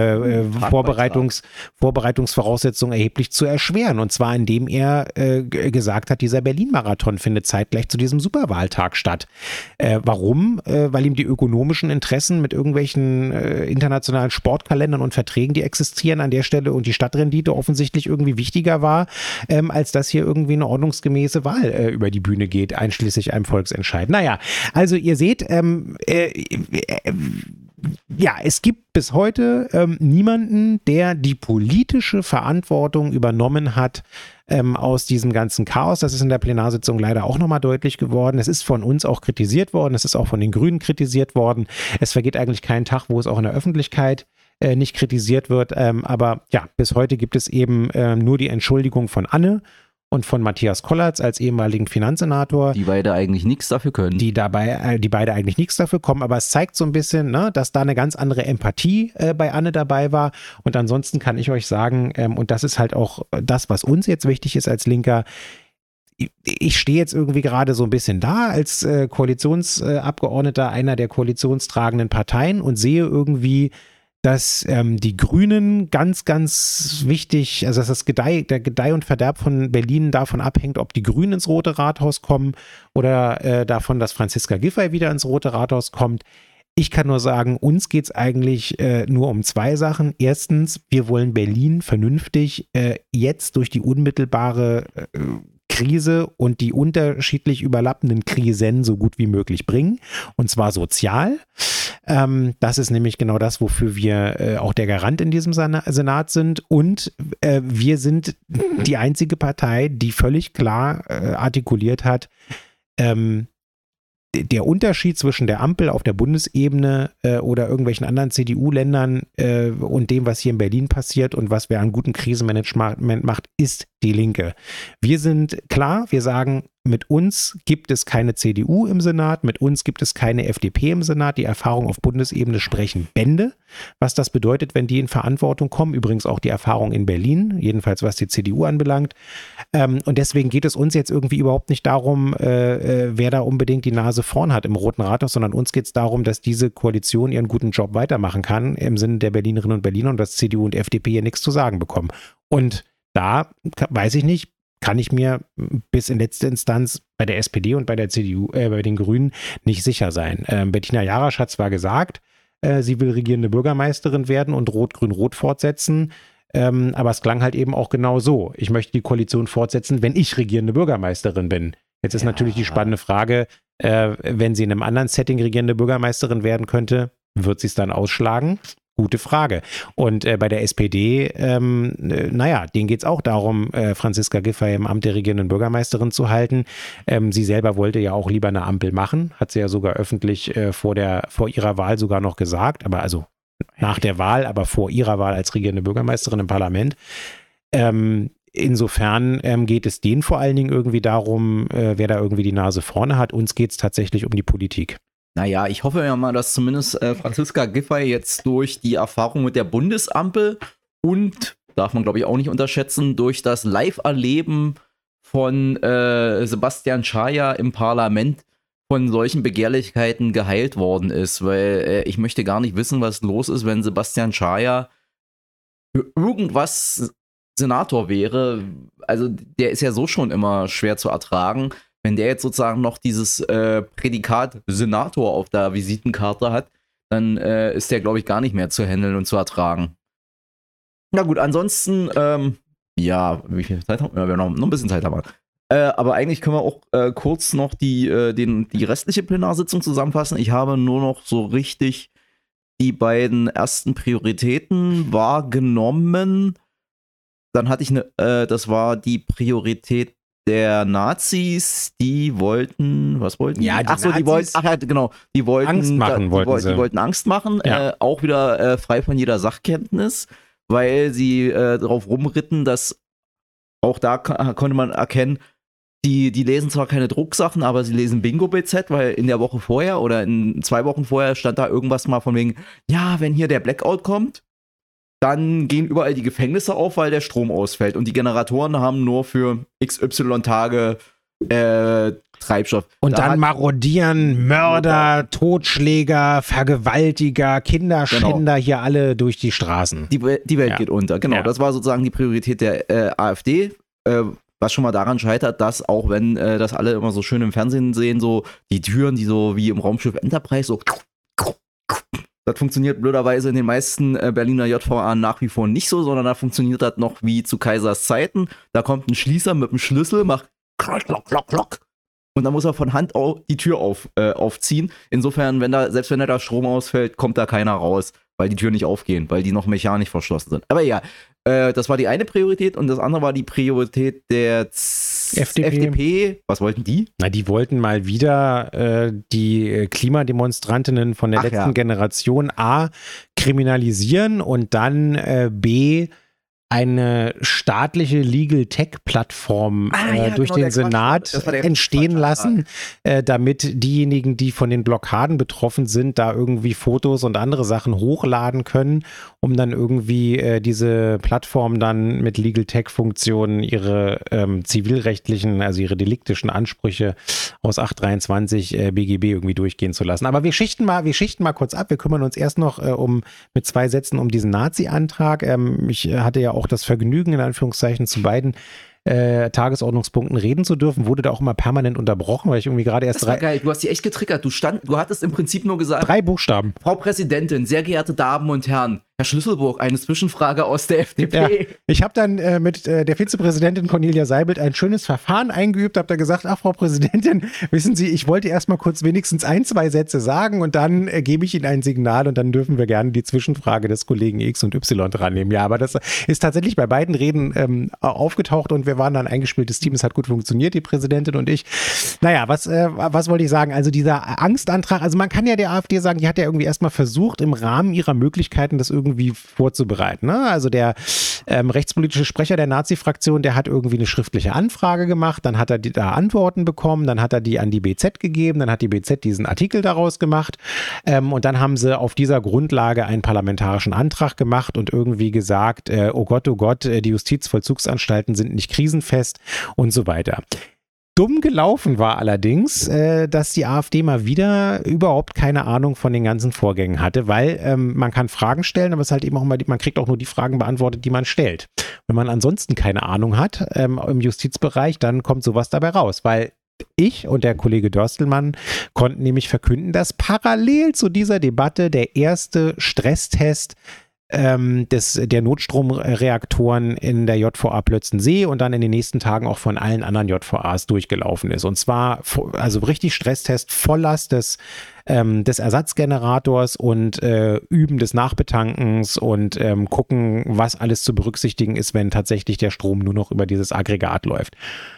Vorbereitungsvoraussetzungen erheblich zu erschweren. Und zwar, indem er gesagt hat, dieser Berlin-Marathon findet zeitgleich zu diesem Superwahltag statt. Warum? Weil ihm die ökonomischen Interessen mit irgendwelchen internationalen Sportkalendern und Verträgen, die existieren an der Stelle, und die Stadtrendite offensichtlich irgendwie wichtiger war, als dass hier irgendwie eine ordnungsgemäße Wahl über die Bühne geht, einschließlich einem Volksentscheid. Naja, also ihr seht, ja, es gibt bis heute niemanden, der die politische Verantwortung übernommen hat aus diesem ganzen Chaos. Das ist in der Plenarsitzung leider auch nochmal deutlich geworden. Es ist von uns auch kritisiert worden, es ist auch von den Grünen kritisiert worden. Es vergeht eigentlich kein Tag, wo es auch in der Öffentlichkeit nicht kritisiert wird. Aber ja, bis heute gibt es eben nur die Entschuldigung von Anne und von Matthias Kollatz als ehemaligen Finanzsenator. Die beide eigentlich nichts dafür können. Die beide eigentlich nichts dafür kommen, aber es zeigt so ein bisschen, ne, dass da eine ganz andere Empathie bei Anne dabei war. Und ansonsten kann ich euch sagen, und das ist halt auch das, was uns jetzt wichtig ist als Linker, ich stehe jetzt irgendwie gerade so ein bisschen da als Koalitionsabgeordneter einer der koalitionstragenden Parteien und sehe irgendwie, dass die Grünen ganz, ganz wichtig, also dass der Gedeih und Verderb von Berlin davon abhängt, ob die Grünen ins Rote Rathaus kommen oder davon, dass Franziska Giffey wieder ins Rote Rathaus kommt. Ich kann nur sagen, uns geht es eigentlich nur um zwei Sachen. Erstens, wir wollen Berlin vernünftig jetzt durch die unmittelbare Krise und die unterschiedlich überlappenden Krisen so gut wie möglich bringen, und zwar sozial. Das ist nämlich genau das, wofür wir auch der Garant in diesem Senat sind, und wir sind die einzige Partei, die völlig klar artikuliert hat, der Unterschied zwischen der Ampel auf der Bundesebene oder irgendwelchen anderen CDU-Ländern und dem, was hier in Berlin passiert und was wir an gutem Krisenmanagement macht, ist die Linke. Wir sind klar, wir sagen, mit uns gibt es keine CDU im Senat, mit uns gibt es keine FDP im Senat. Die Erfahrungen auf Bundesebene sprechen Bände, was das bedeutet, wenn die in Verantwortung kommen. Übrigens auch die Erfahrung in Berlin, jedenfalls was die CDU anbelangt. Und deswegen geht es uns jetzt irgendwie überhaupt nicht darum, wer da unbedingt die Nase vorn hat im Roten Rathaus, sondern uns geht es darum, dass diese Koalition ihren guten Job weitermachen kann im Sinne der Berlinerinnen und Berliner und dass CDU und FDP hier nichts zu sagen bekommen. Und da weiß ich nicht, kann ich mir bis in letzte Instanz bei der SPD und bei der CDU, bei den Grünen nicht sicher sein. Bettina Jarasch hat zwar gesagt, sie will regierende Bürgermeisterin werden und Rot-Grün-Rot fortsetzen, aber es klang halt eben auch genau so. Ich möchte die Koalition fortsetzen, wenn ich regierende Bürgermeisterin bin. Jetzt ist natürlich die spannende Frage, wenn sie in einem anderen Setting regierende Bürgermeisterin werden könnte, wird sie es dann ausschlagen? Gute Frage. Und bei der SPD, naja, denen geht es auch darum, Franziska Giffey im Amt der regierenden Bürgermeisterin zu halten. Sie selber wollte ja auch lieber eine Ampel machen, hat sie ja sogar öffentlich vor ihrer Wahl sogar noch gesagt, aber also nach der Wahl, aber vor ihrer Wahl als regierende Bürgermeisterin im Parlament. Insofern geht es denen vor allen Dingen irgendwie darum, wer da irgendwie die Nase vorne hat. Uns geht es tatsächlich um die Politik. Naja, ich hoffe ja mal, dass zumindest Franziska Giffey jetzt durch die Erfahrung mit der Bundesampel und, darf man glaube ich auch nicht unterschätzen, durch das Live-Erleben von Sebastian Schaja im Parlament von solchen Begehrlichkeiten geheilt worden ist, weil ich möchte gar nicht wissen, was los ist, wenn Sebastian Schaja für irgendwas Senator wäre. Also der ist ja so schon immer schwer zu ertragen. Wenn der jetzt sozusagen noch dieses Prädikat Senator auf der Visitenkarte hat, dann ist der, glaube ich, gar nicht mehr zu handeln und zu ertragen. Na gut, ansonsten, ja, wie viel Zeit haben wir? Wir haben noch ein bisschen Zeit haben wir. Aber eigentlich können wir auch kurz noch die restliche Plenarsitzung zusammenfassen. Ich habe nur noch so richtig die beiden ersten Prioritäten wahrgenommen. Dann hatte ich das war die Priorität der Nazis, die wollten, was wollten die? Ja, Die wollten Angst machen, die wollten Angst machen, ja. Auch wieder frei von jeder Sachkenntnis, weil sie darauf rumritten, dass auch da konnte man erkennen, die lesen zwar keine Drucksachen, aber sie lesen Bingo-BZ, weil in der Woche vorher oder in 2 Wochen vorher stand da irgendwas mal von wegen, ja, wenn hier der Blackout kommt, dann gehen überall die Gefängnisse auf, weil der Strom ausfällt. Und die Generatoren haben nur für XY Tage Treibstoff. Und dann marodieren Mörder, Totschläger, Vergewaltiger, Kinderschänder hier alle durch die Straßen. Die Welt geht unter. Genau, Ja. das war sozusagen die Priorität der AfD. Was schon mal daran scheitert, dass auch wenn das alle immer so schön im Fernsehen sehen, so die Türen, die so wie im Raumschiff Enterprise so. Das funktioniert blöderweise in den meisten Berliner JVA nach wie vor nicht so, sondern da funktioniert das noch wie zu Kaisers Zeiten. Da kommt ein Schließer mit einem Schlüssel, macht klock. Und dann muss er von Hand die Tür aufziehen. Insofern, selbst wenn da Strom ausfällt, kommt da keiner raus, weil die Türen nicht aufgehen, weil die noch mechanisch verschlossen sind. Aber ja, das war die eine Priorität und das andere war die Priorität der FDP. Was wollten die? Na, die wollten mal wieder die Klimademonstrantinnen von der letzten Generation A kriminalisieren und dann B eine staatliche Legal Tech-Plattform durch den Senat entstehen lassen, damit diejenigen, die von den Blockaden betroffen sind, da irgendwie Fotos und andere Sachen hochladen können, um dann irgendwie diese Plattform dann mit Legal Tech-Funktionen ihre zivilrechtlichen, also ihre deliktischen Ansprüche aus 823 BGB irgendwie durchgehen zu lassen. Aber wir schichten mal kurz ab. Wir kümmern uns erst noch mit 2 Sätzen um diesen Nazi-Antrag. Ich hatte ja auch das Vergnügen, in Anführungszeichen, zu beiden Tagesordnungspunkten reden zu dürfen, wurde da auch immer permanent unterbrochen, weil ich irgendwie gerade erst das war geil, du hast dich echt getriggert. Du hattest im Prinzip nur gesagt, 3 Buchstaben. Frau Präsidentin, sehr geehrte Damen und Herren, Herr Schlüsselburg, eine Zwischenfrage aus der FDP. Ja, ich habe dann mit der Vizepräsidentin Cornelia Seibelt ein schönes Verfahren eingeübt, habe da gesagt, ach Frau Präsidentin, wissen Sie, ich wollte erst mal kurz wenigstens 1, 2 Sätze sagen und dann gebe ich Ihnen ein Signal und dann dürfen wir gerne die Zwischenfrage des Kollegen X und Y dran nehmen. Ja, aber das ist tatsächlich bei beiden Reden aufgetaucht und wir waren dann ein eingespieltes Team. Es hat gut funktioniert, die Präsidentin und ich. Naja, was wollte ich sagen? Also dieser Angstantrag, also man kann ja der AfD sagen, die hat ja irgendwie erstmal versucht, im Rahmen ihrer Möglichkeiten das irgendwie vorzubereiten. Ne? Also der rechtspolitische Sprecher der Nazi-Fraktion, der hat irgendwie eine schriftliche Anfrage gemacht, dann hat er da Antworten bekommen, dann hat er die an die BZ gegeben, dann hat die BZ diesen Artikel daraus gemacht und dann haben sie auf dieser Grundlage einen parlamentarischen Antrag gemacht und irgendwie gesagt, oh Gott, die Justizvollzugsanstalten sind nicht krisenfest und so weiter. Dumm gelaufen war allerdings, dass die AfD mal wieder überhaupt keine Ahnung von den ganzen Vorgängen hatte, weil man kann Fragen stellen, aber es ist halt eben auch mal, man kriegt auch nur die Fragen beantwortet, die man stellt. Wenn man ansonsten keine Ahnung hat im Justizbereich, dann kommt sowas dabei raus, weil ich und der Kollege Dörstelmann konnten nämlich verkünden, dass parallel zu dieser Debatte der erste Stresstest der Notstromreaktoren in der JVA Plötzensee und dann in den nächsten Tagen auch von allen anderen JVAs durchgelaufen ist. Und zwar also richtig Stresstest, Volllast des Ersatzgenerators und Üben des Nachbetankens und gucken, was alles zu berücksichtigen ist, wenn tatsächlich der Strom nur noch über dieses Aggregat läuft.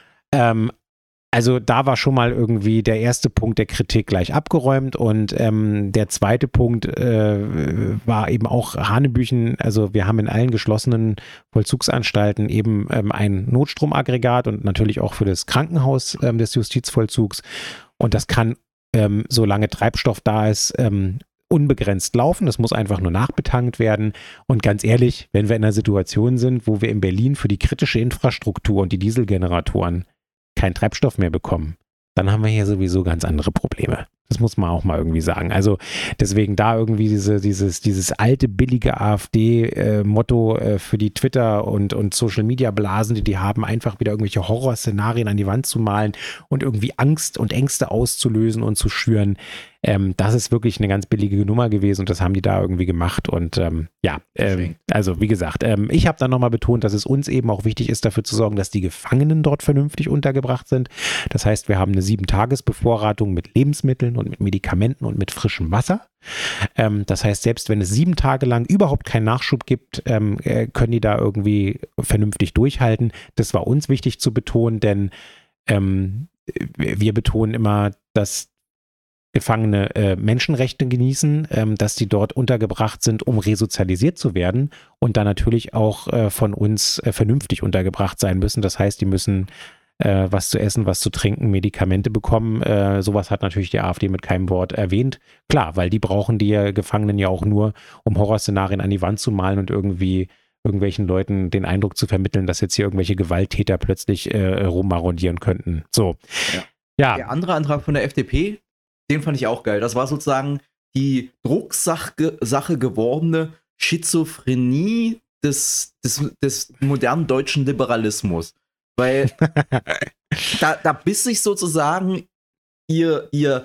Also da war schon mal irgendwie der erste Punkt der Kritik gleich abgeräumt und der zweite Punkt war eben auch Hanebüchen. Also wir haben in allen geschlossenen Vollzugsanstalten eben ein Notstromaggregat und natürlich auch für das Krankenhaus des Justizvollzugs und das kann, solange Treibstoff da ist, unbegrenzt laufen. Das muss einfach nur nachbetankt werden. Und ganz ehrlich, wenn wir in einer Situation sind, wo wir in Berlin für die kritische Infrastruktur und die Dieselgeneratoren keinen Treibstoff mehr bekommen, dann haben wir hier sowieso ganz andere Probleme. Das muss man auch mal irgendwie sagen. Also deswegen da irgendwie dieses alte, billige AfD-Motto für die Twitter- und Social-Media-Blasen, die haben, einfach wieder irgendwelche Horrorszenarien an die Wand zu malen und irgendwie Angst und Ängste auszulösen und zu schüren. Das ist wirklich eine ganz billige Nummer gewesen und das haben die da irgendwie gemacht und also wie gesagt, ich habe dann nochmal betont, dass es uns eben auch wichtig ist, dafür zu sorgen, dass die Gefangenen dort vernünftig untergebracht sind. Das heißt, wir haben eine 7-Tages-Bevorratung mit Lebensmitteln und mit Medikamenten und mit frischem Wasser. Das heißt, selbst wenn es 7 Tage lang überhaupt keinen Nachschub gibt, können die da irgendwie vernünftig durchhalten. Das war uns wichtig zu betonen, denn wir betonen immer, dass Gefangene Menschenrechte genießen, dass die dort untergebracht sind, um resozialisiert zu werden und dann natürlich auch von uns vernünftig untergebracht sein müssen. Das heißt, die müssen was zu essen, was zu trinken, Medikamente bekommen. Sowas hat natürlich die AfD mit keinem Wort erwähnt. Klar, weil die brauchen die Gefangenen ja auch nur, um Horrorszenarien an die Wand zu malen und irgendwie irgendwelchen Leuten den Eindruck zu vermitteln, dass jetzt hier irgendwelche Gewalttäter plötzlich rummarodieren könnten. So. Ja. Der andere Antrag von der FDP, den fand ich auch geil. Das war sozusagen die Drucksache gewordene Schizophrenie des modernen deutschen Liberalismus. Weil da biss sich sozusagen ihre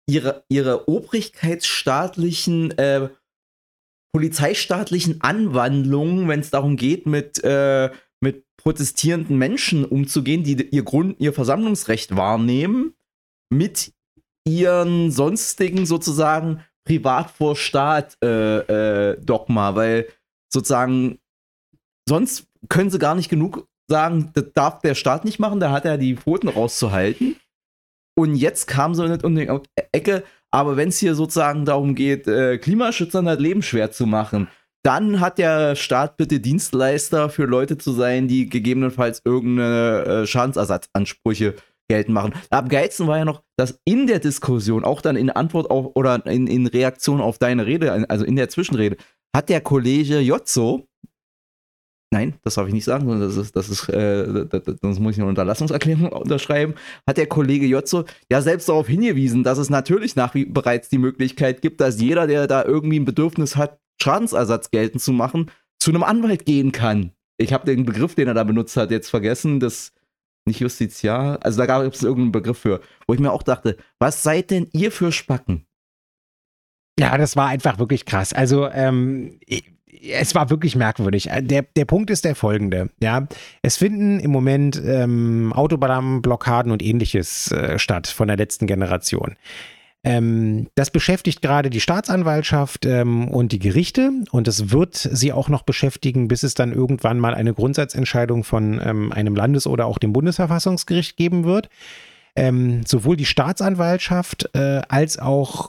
obrigkeitsstaatlichen, polizeistaatlichen Anwandlungen, wenn es darum geht, mit protestierenden Menschen umzugehen, die ihr Versammlungsrecht wahrnehmen, mit ihren sonstigen sozusagen Privat vor Staat Dogma, weil sozusagen sonst können sie gar nicht genug sagen, das darf der Staat nicht machen, da hat er die Pfoten rauszuhalten. Und jetzt kam so nicht um die Ecke, aber wenn es hier sozusagen darum geht, Klimaschützern das Leben schwer zu machen, dann hat der Staat bitte Dienstleister für Leute zu sein, die gegebenenfalls irgendeine Schadensersatzansprüche geltend machen. Am geilsten war ja noch, dass in der Diskussion, auch dann in Antwort auf oder in Reaktion auf deine Rede, also in der Zwischenrede, hat der Kollege Jotzo, nein, das darf ich nicht sagen, sondern sonst muss ich eine Unterlassungserklärung unterschreiben, hat der Kollege Jotzo ja selbst darauf hingewiesen, dass es natürlich bereits die Möglichkeit gibt, dass jeder, der da irgendwie ein Bedürfnis hat, Schadensersatz geltend zu machen, zu einem Anwalt gehen kann. Ich habe den Begriff, den er da benutzt hat, jetzt vergessen, das nicht Justiziar, also da gab es irgendeinen Begriff für, wo ich mir auch dachte, was seid denn ihr für Spacken? Ja, das war einfach wirklich krass. Also, es war wirklich merkwürdig. Der Punkt ist der folgende, ja. Es finden im Moment Autobahnblockaden und ähnliches statt von der letzten Generation. Das beschäftigt gerade die Staatsanwaltschaft und die Gerichte und es wird sie auch noch beschäftigen, bis es dann irgendwann mal eine Grundsatzentscheidung von einem Landes- oder auch dem Bundesverfassungsgericht geben wird. Sowohl die Staatsanwaltschaft als auch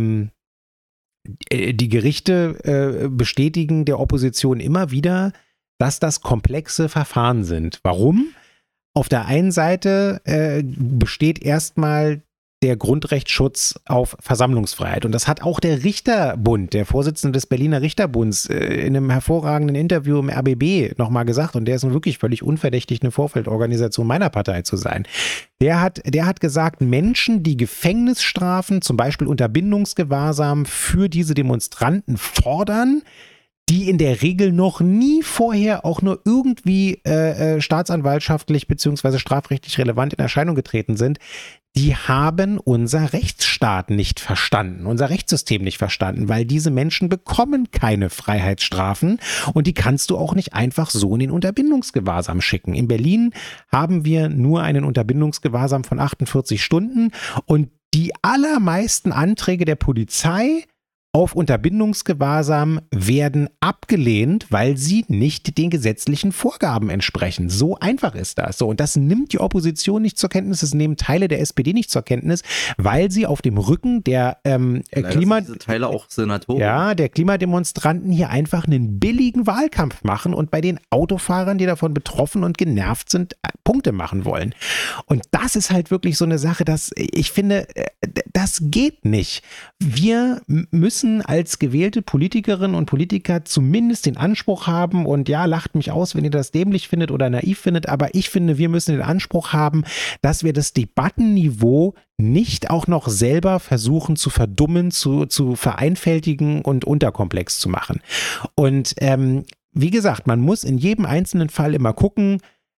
die Gerichte bestätigen der Opposition immer wieder, dass das komplexe Verfahren sind. Warum? Auf der einen Seite besteht erstmal der Grundrechtsschutz auf Versammlungsfreiheit. Und das hat auch der Richterbund, der Vorsitzende des Berliner Richterbunds, in einem hervorragenden Interview im RBB nochmal gesagt. Und der ist nun wirklich völlig unverdächtig, eine Vorfeldorganisation meiner Partei zu sein. Der hat gesagt, Menschen, die Gefängnisstrafen, zum Beispiel Unterbindungsgewahrsam für diese Demonstranten fordern, die in der Regel noch nie vorher auch nur irgendwie staatsanwaltschaftlich bzw. strafrechtlich relevant in Erscheinung getreten sind, die haben unser Rechtsstaat nicht verstanden, unser Rechtssystem nicht verstanden, weil diese Menschen bekommen keine Freiheitsstrafen und die kannst du auch nicht einfach so in den Unterbindungsgewahrsam schicken. In Berlin haben wir nur einen Unterbindungsgewahrsam von 48 Stunden und die allermeisten Anträge der Polizei auf Unterbindungsgewahrsam werden abgelehnt, weil sie nicht den gesetzlichen Vorgaben entsprechen. So einfach ist das. So, und das nimmt die Opposition nicht zur Kenntnis, das nehmen Teile der SPD nicht zur Kenntnis, weil sie auf dem Rücken der Teile auch Senatoren. Ja, der Klimademonstranten hier einfach einen billigen Wahlkampf machen und bei den Autofahrern, die davon betroffen und genervt sind, Punkte machen wollen. Und das ist halt wirklich so eine Sache, dass ich finde, das geht nicht. Wir müssen als gewählte Politikerinnen und Politiker zumindest den Anspruch haben und ja, lacht mich aus, wenn ihr das dämlich findet oder naiv findet, aber ich finde, wir müssen den Anspruch haben, dass wir das Debattenniveau nicht auch noch selber versuchen zu verdummen, zu vereinfältigen und unterkomplex zu machen. Und wie gesagt, man muss in jedem einzelnen Fall immer gucken,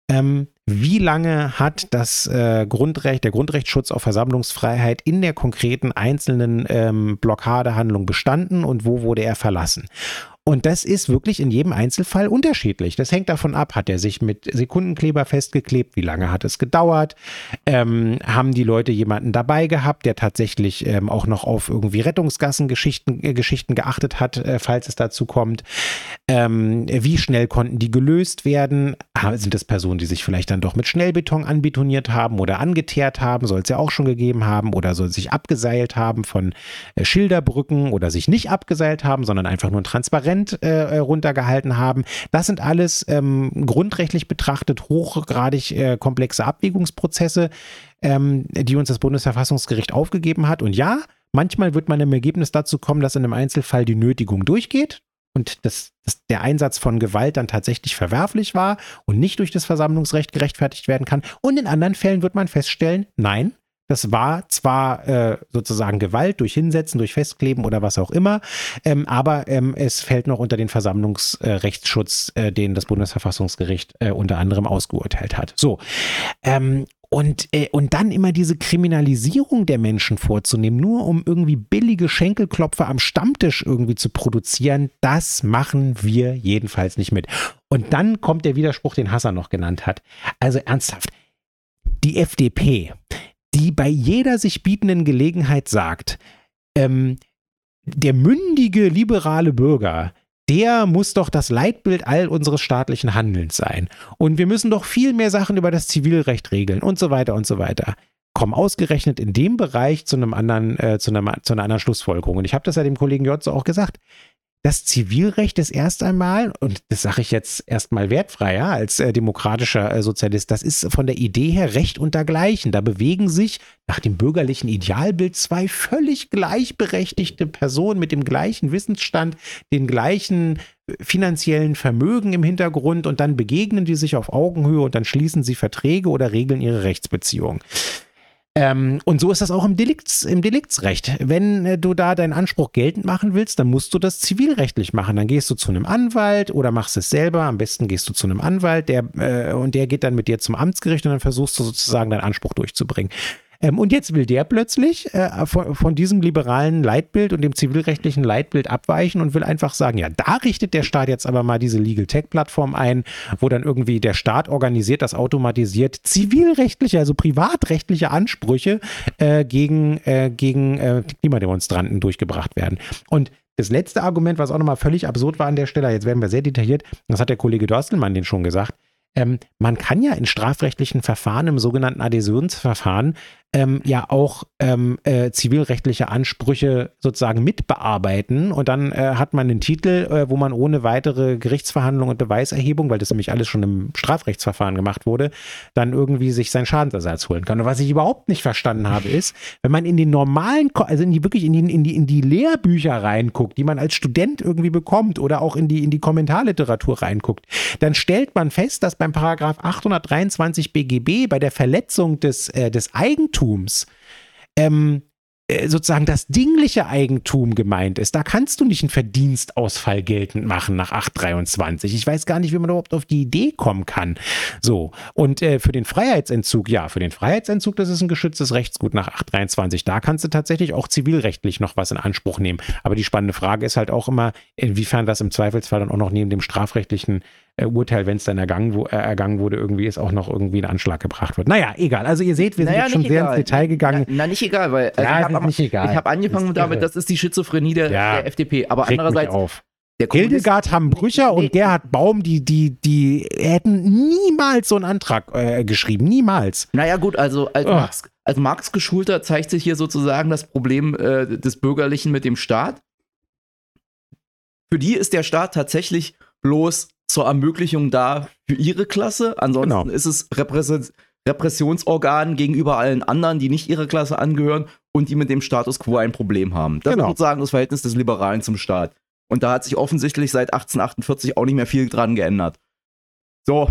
wie lange hat das der Grundrechtsschutz auf Versammlungsfreiheit in der konkreten einzelnen Blockadehandlung bestanden und wo wurde er verlassen? Und das ist wirklich in jedem Einzelfall unterschiedlich. Das hängt davon ab, hat er sich mit Sekundenkleber festgeklebt, wie lange hat es gedauert, haben die Leute jemanden dabei gehabt, der tatsächlich auch noch auf irgendwie Rettungsgassengeschichten geachtet hat, falls es dazu kommt. Wie schnell konnten die gelöst werden? Sind das Personen, die sich vielleicht dann doch mit Schnellbeton anbetoniert haben oder angeteert haben? Soll es ja auch schon gegeben haben oder soll sich abgeseilt haben von Schilderbrücken oder sich nicht abgeseilt haben, sondern einfach nur ein Transparent runtergehalten haben. Das sind alles grundrechtlich betrachtet hochgradig komplexe Abwägungsprozesse, die uns das Bundesverfassungsgericht aufgegeben hat. Und ja, manchmal wird man im Ergebnis dazu kommen, dass in einem Einzelfall die Nötigung durchgeht und dass der Einsatz von Gewalt dann tatsächlich verwerflich war und nicht durch das Versammlungsrecht gerechtfertigt werden kann. Und in anderen Fällen wird man feststellen, nein, das war zwar sozusagen Gewalt durch Hinsetzen, durch Festkleben oder was auch immer, aber es fällt noch unter den Versammlungsrechtsschutz, den das Bundesverfassungsgericht unter anderem ausgeurteilt hat. So, und dann immer diese Kriminalisierung der Menschen vorzunehmen, nur um irgendwie billige Schenkelklopfer am Stammtisch irgendwie zu produzieren, das machen wir jedenfalls nicht mit. Und dann kommt der Widerspruch, den Hassan noch genannt hat. Also ernsthaft, die FDP, die bei jeder sich bietenden Gelegenheit sagt, der mündige, liberale Bürger, der muss doch das Leitbild all unseres staatlichen Handelns sein. Und wir müssen doch viel mehr Sachen über das Zivilrecht regeln und so weiter und so weiter. Kommen ausgerechnet in dem Bereich zu einer anderen Schlussfolgerung. Und ich habe das ja dem Kollegen Jotze auch gesagt. Das Zivilrecht ist erst einmal, und das sage ich jetzt erstmal wertfrei, ja, als demokratischer Sozialist, das ist von der Idee her Recht und dergleichen. Da bewegen sich nach dem bürgerlichen Idealbild zwei völlig gleichberechtigte Personen mit dem gleichen Wissensstand, den gleichen finanziellen Vermögen im Hintergrund und dann begegnen die sich auf Augenhöhe und dann schließen sie Verträge oder regeln ihre Rechtsbeziehungen. Und so ist das auch im Deliktsrecht. Wenn du da deinen Anspruch geltend machen willst, dann musst du das zivilrechtlich machen. Dann gehst du zu einem Anwalt oder machst es selber. Am besten gehst du zu einem Anwalt, der geht dann mit dir zum Amtsgericht und dann versuchst du sozusagen deinen Anspruch durchzubringen. Und jetzt will der plötzlich von diesem liberalen Leitbild und dem zivilrechtlichen Leitbild abweichen und will einfach sagen, ja, da richtet der Staat jetzt aber mal diese Legal Tech Plattform ein, wo dann irgendwie der Staat organisiert, das automatisiert, zivilrechtliche, also privatrechtliche Ansprüche gegen Klimademonstranten durchgebracht werden. Und das letzte Argument, was auch nochmal völlig absurd war an der Stelle, jetzt werden wir sehr detailliert, das hat der Kollege Dorstelmann den schon gesagt, man kann ja in strafrechtlichen Verfahren, im sogenannten Adhäsionsverfahren, ja auch zivilrechtliche Ansprüche sozusagen mitbearbeiten und dann hat man einen Titel, wo man ohne weitere Gerichtsverhandlung und Beweiserhebung, weil das nämlich alles schon im Strafrechtsverfahren gemacht wurde, dann irgendwie sich seinen Schadensersatz holen kann. Und was ich überhaupt nicht verstanden habe, ist, wenn man in den normalen, also wirklich in die Lehrbücher reinguckt, die man als Student irgendwie bekommt oder auch in die Kommentarliteratur reinguckt, dann stellt man fest, dass beim Paragraph 823 BGB bei der Verletzung des Eigentums sozusagen das dingliche Eigentum gemeint ist. Da kannst du nicht einen Verdienstausfall geltend machen nach 823. Ich weiß gar nicht, wie man überhaupt auf die Idee kommen kann. So, und für den Freiheitsentzug, das ist ein geschütztes Rechtsgut nach 823. Da kannst du tatsächlich auch zivilrechtlich noch was in Anspruch nehmen. Aber die spannende Frage ist halt auch immer, inwiefern das im Zweifelsfall dann auch noch neben dem strafrechtlichen Urteil, wenn es dann ergangen wurde, irgendwie ist auch noch irgendwie ein Anschlag gebracht wird. Naja, egal. Also ihr seht, wir sind jetzt schon sehr ins Detail gegangen. Nicht egal, weil ich habe angefangen damit, das ist die Schizophrenie der FDP. Aber andererseits, Hildegard Hamm-Brücher und Gerhard Baum, die hätten niemals so einen Antrag geschrieben. Niemals. Naja gut, also als Marx geschulter zeigt sich hier sozusagen das Problem des Bürgerlichen mit dem Staat. Für die ist der Staat tatsächlich bloß zur Ermöglichung da für ihre Klasse. Ansonsten ist es Repressionsorgan gegenüber allen anderen, die nicht ihrer Klasse angehören und die mit dem Status quo ein Problem haben. Das ist sozusagen das Verhältnis des Liberalen zum Staat. Und da hat sich offensichtlich seit 1848 auch nicht mehr viel dran geändert. So.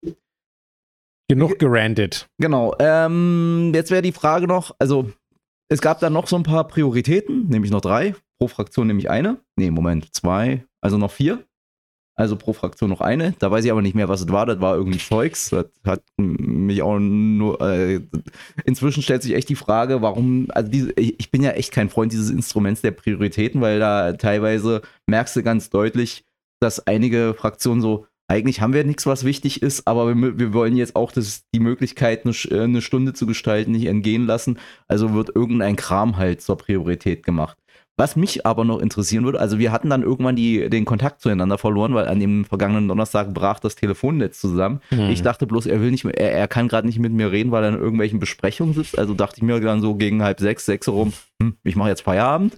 Genug gerantet. Genau. Jetzt wäre die Frage noch, also es gab dann noch so ein paar Prioritäten, nämlich noch 3. Pro Fraktion nämlich eine. Nee, Moment, 2, also noch 4. Also pro Fraktion noch eine. Da weiß ich aber nicht mehr, was es war. Das war irgendwie Zeugs. Das hat mich auch nur. Inzwischen stellt sich echt die Frage, warum. Also ich bin ja echt kein Freund dieses Instruments der Prioritäten, weil da teilweise merkst du ganz deutlich, dass einige Fraktionen so, eigentlich haben wir nichts, was wichtig ist, aber wir wollen jetzt auch die Möglichkeit, eine Stunde zu gestalten, nicht entgehen lassen. Also wird irgendein Kram halt zur Priorität gemacht. Was mich aber noch interessieren würde, also wir hatten dann irgendwann den Kontakt zueinander verloren, weil an dem vergangenen Donnerstag brach das Telefonnetz zusammen. Ich dachte bloß, er kann gerade nicht mit mir reden, weil er in irgendwelchen Besprechungen sitzt. Also dachte ich mir dann so gegen 5:30, 6 rum, ich mache jetzt Feierabend.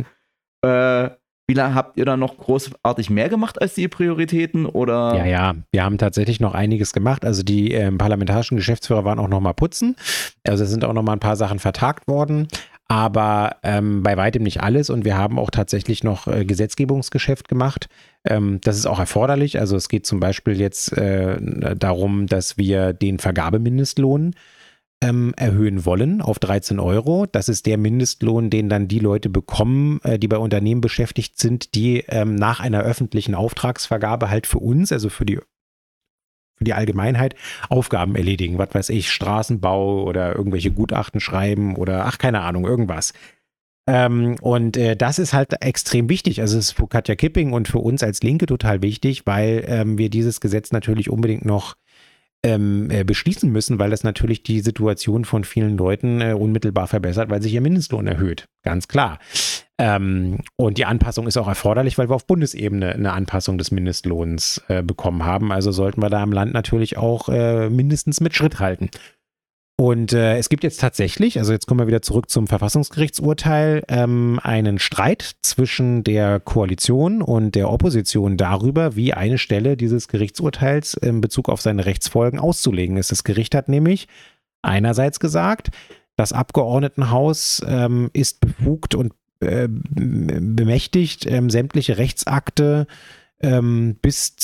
Wie lange habt ihr dann noch großartig mehr gemacht als die Prioritäten? Oder? Ja, wir haben tatsächlich noch einiges gemacht. Also die parlamentarischen Geschäftsführer waren auch noch mal putzen. Also es sind auch noch mal ein paar Sachen vertagt worden. Aber bei weitem nicht alles und wir haben auch tatsächlich noch Gesetzgebungsgeschäft gemacht. Das ist auch erforderlich. Also es geht zum Beispiel jetzt darum, dass wir den Vergabemindestlohn erhöhen wollen auf 13 Euro. Das ist der Mindestlohn, den dann die Leute bekommen, die bei Unternehmen beschäftigt sind, die nach einer öffentlichen Auftragsvergabe halt für uns, also für die Allgemeinheit Aufgaben erledigen. Was weiß ich, Straßenbau oder irgendwelche Gutachten schreiben oder keine Ahnung, irgendwas. Und das ist halt extrem wichtig. Also es ist für Katja Kipping und für uns als Linke total wichtig, weil wir dieses Gesetz natürlich unbedingt noch beschließen müssen, weil das natürlich die Situation von vielen Leuten unmittelbar verbessert, weil sich ihr Mindestlohn erhöht. Ganz klar. Und die Anpassung ist auch erforderlich, weil wir auf Bundesebene eine Anpassung des Mindestlohns bekommen haben. Also sollten wir da im Land natürlich auch mindestens mit Schritt halten. Und es gibt jetzt tatsächlich, also jetzt kommen wir wieder zurück zum Verfassungsgerichtsurteil, einen Streit zwischen der Koalition und der Opposition darüber, wie eine Stelle dieses Gerichtsurteils in Bezug auf seine Rechtsfolgen auszulegen ist. Das Gericht hat nämlich einerseits gesagt, das Abgeordnetenhaus ist befugt und bemächtigt, sämtliche Rechtsakte bis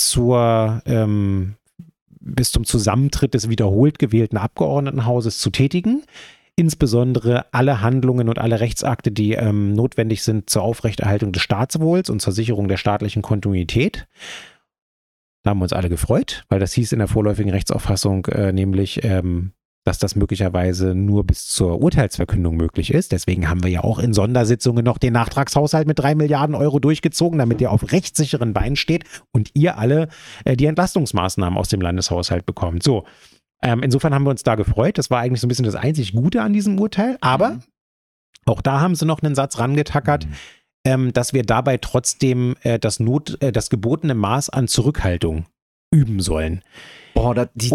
zum Zusammentritt des wiederholt gewählten Abgeordnetenhauses zu tätigen. Insbesondere alle Handlungen und alle Rechtsakte, die notwendig sind zur Aufrechterhaltung des Staatswohls und zur Sicherung der staatlichen Kontinuität. Da haben wir uns alle gefreut, weil das hieß in der vorläufigen Rechtsauffassung nämlich, dass das möglicherweise nur bis zur Urteilsverkündung möglich ist. Deswegen haben wir ja auch in Sondersitzungen noch den Nachtragshaushalt mit 3 Milliarden Euro durchgezogen, damit der auf rechtssicheren Beinen steht und ihr alle die Entlastungsmaßnahmen aus dem Landeshaushalt bekommt. So, insofern haben wir uns da gefreut. Das war eigentlich so ein bisschen das einzig Gute an diesem Urteil. Aber auch da haben sie noch einen Satz rangetackert, dass wir dabei trotzdem das gebotene Maß an Zurückhaltung üben sollen. Die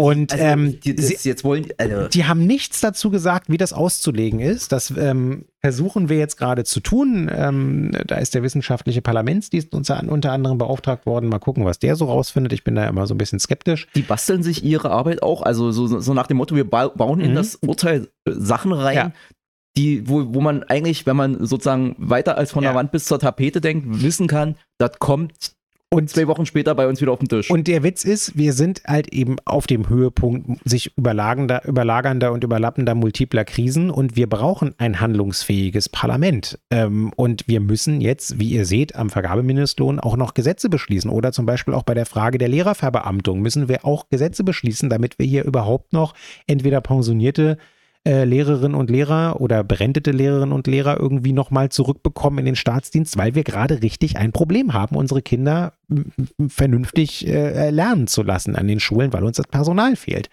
haben nichts dazu gesagt, wie das auszulegen ist. Das versuchen wir jetzt gerade zu tun. Da ist der wissenschaftliche Parlamentsdienst unter anderem beauftragt worden. Mal gucken, was der so rausfindet. Ich bin da immer so ein bisschen skeptisch. Die basteln sich ihre Arbeit auch. Also so nach dem Motto, wir bauen in das Urteil Sachen rein, wo man eigentlich, wenn man sozusagen weiter als von der Wand bis zur Tapete denkt, wissen kann, das kommt und 2 Wochen später bei uns wieder auf den Tisch. Und der Witz ist, wir sind halt eben auf dem Höhepunkt sich überlagernder und überlappender multipler Krisen und wir brauchen ein handlungsfähiges Parlament. Und wir müssen jetzt, wie ihr seht, am Vergabemindestlohn auch noch Gesetze beschließen oder zum Beispiel auch bei der Frage der Lehrerverbeamtung müssen wir auch Gesetze beschließen, damit wir hier überhaupt noch entweder pensionierte Lehrerinnen und Lehrer oder berentete Lehrerinnen und Lehrer irgendwie nochmal zurückbekommen in den Staatsdienst, weil wir gerade richtig ein Problem haben, unsere Kinder vernünftig lernen zu lassen an den Schulen, weil uns das Personal fehlt.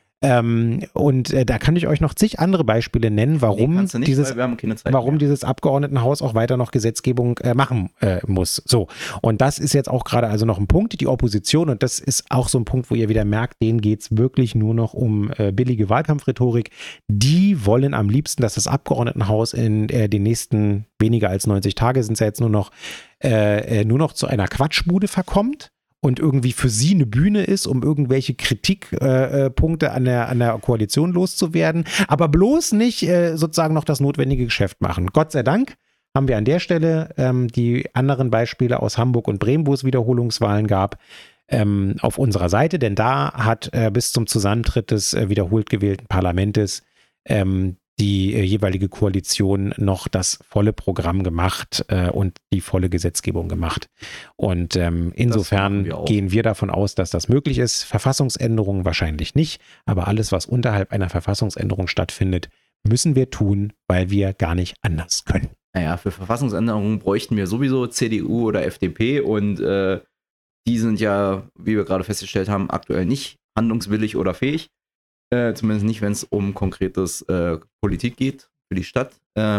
Da kann ich euch noch zig andere Beispiele nennen, warum dieses Abgeordnetenhaus auch weiter noch Gesetzgebung machen muss. So, und das ist jetzt auch gerade also noch ein Punkt, die Opposition, und das ist auch so ein Punkt, wo ihr wieder merkt, denen geht es wirklich nur noch um billige Wahlkampfrhetorik. Die wollen am liebsten, dass das Abgeordnetenhaus in den nächsten weniger als 90 Tage sind es ja jetzt nur noch zu einer Quatschbude verkommt und irgendwie für sie eine Bühne ist, um irgendwelche Kritikpunkte an der Koalition loszuwerden, aber bloß nicht sozusagen noch das notwendige Geschäft machen. Gott sei Dank haben wir an der Stelle die anderen Beispiele aus Hamburg und Bremen, wo es Wiederholungswahlen gab, auf unserer Seite, denn da hat bis zum Zusammentritt des wiederholt gewählten Parlamentes die jeweilige Koalition noch das volle Programm gemacht und die volle Gesetzgebung gemacht. Und insofern gehen wir davon aus, dass das möglich ist. Verfassungsänderungen wahrscheinlich nicht, aber alles, was unterhalb einer Verfassungsänderung stattfindet, müssen wir tun, weil wir gar nicht anders können. Naja, für Verfassungsänderungen bräuchten wir sowieso CDU oder FDP und die sind ja, wie wir gerade festgestellt haben, aktuell nicht handlungswillig oder fähig. Zumindest nicht, wenn es um konkretes Politik geht für die Stadt.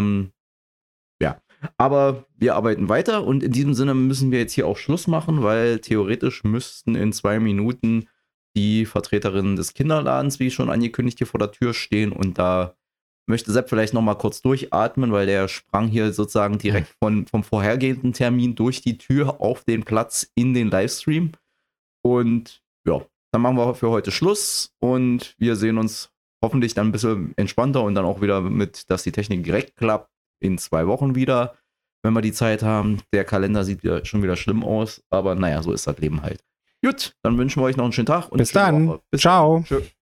Aber wir arbeiten weiter und in diesem Sinne müssen wir jetzt hier auch Schluss machen, weil theoretisch müssten in 2 Minuten die Vertreterinnen des Kinderladens, wie schon angekündigt, hier vor der Tür stehen und da möchte Sepp vielleicht nochmal kurz durchatmen, weil der sprang hier sozusagen direkt vom vorhergehenden Termin durch die Tür auf den Platz in den Livestream und ja, dann machen wir für heute Schluss und wir sehen uns hoffentlich dann ein bisschen entspannter und dann auch wieder mit, dass die Technik direkt klappt, in 2 Wochen wieder, wenn wir die Zeit haben. Der Kalender sieht schon wieder schlimm aus, aber naja, so ist das Leben halt. Gut, dann wünschen wir euch noch einen schönen Tag und bis dann. Ciao. Tschö.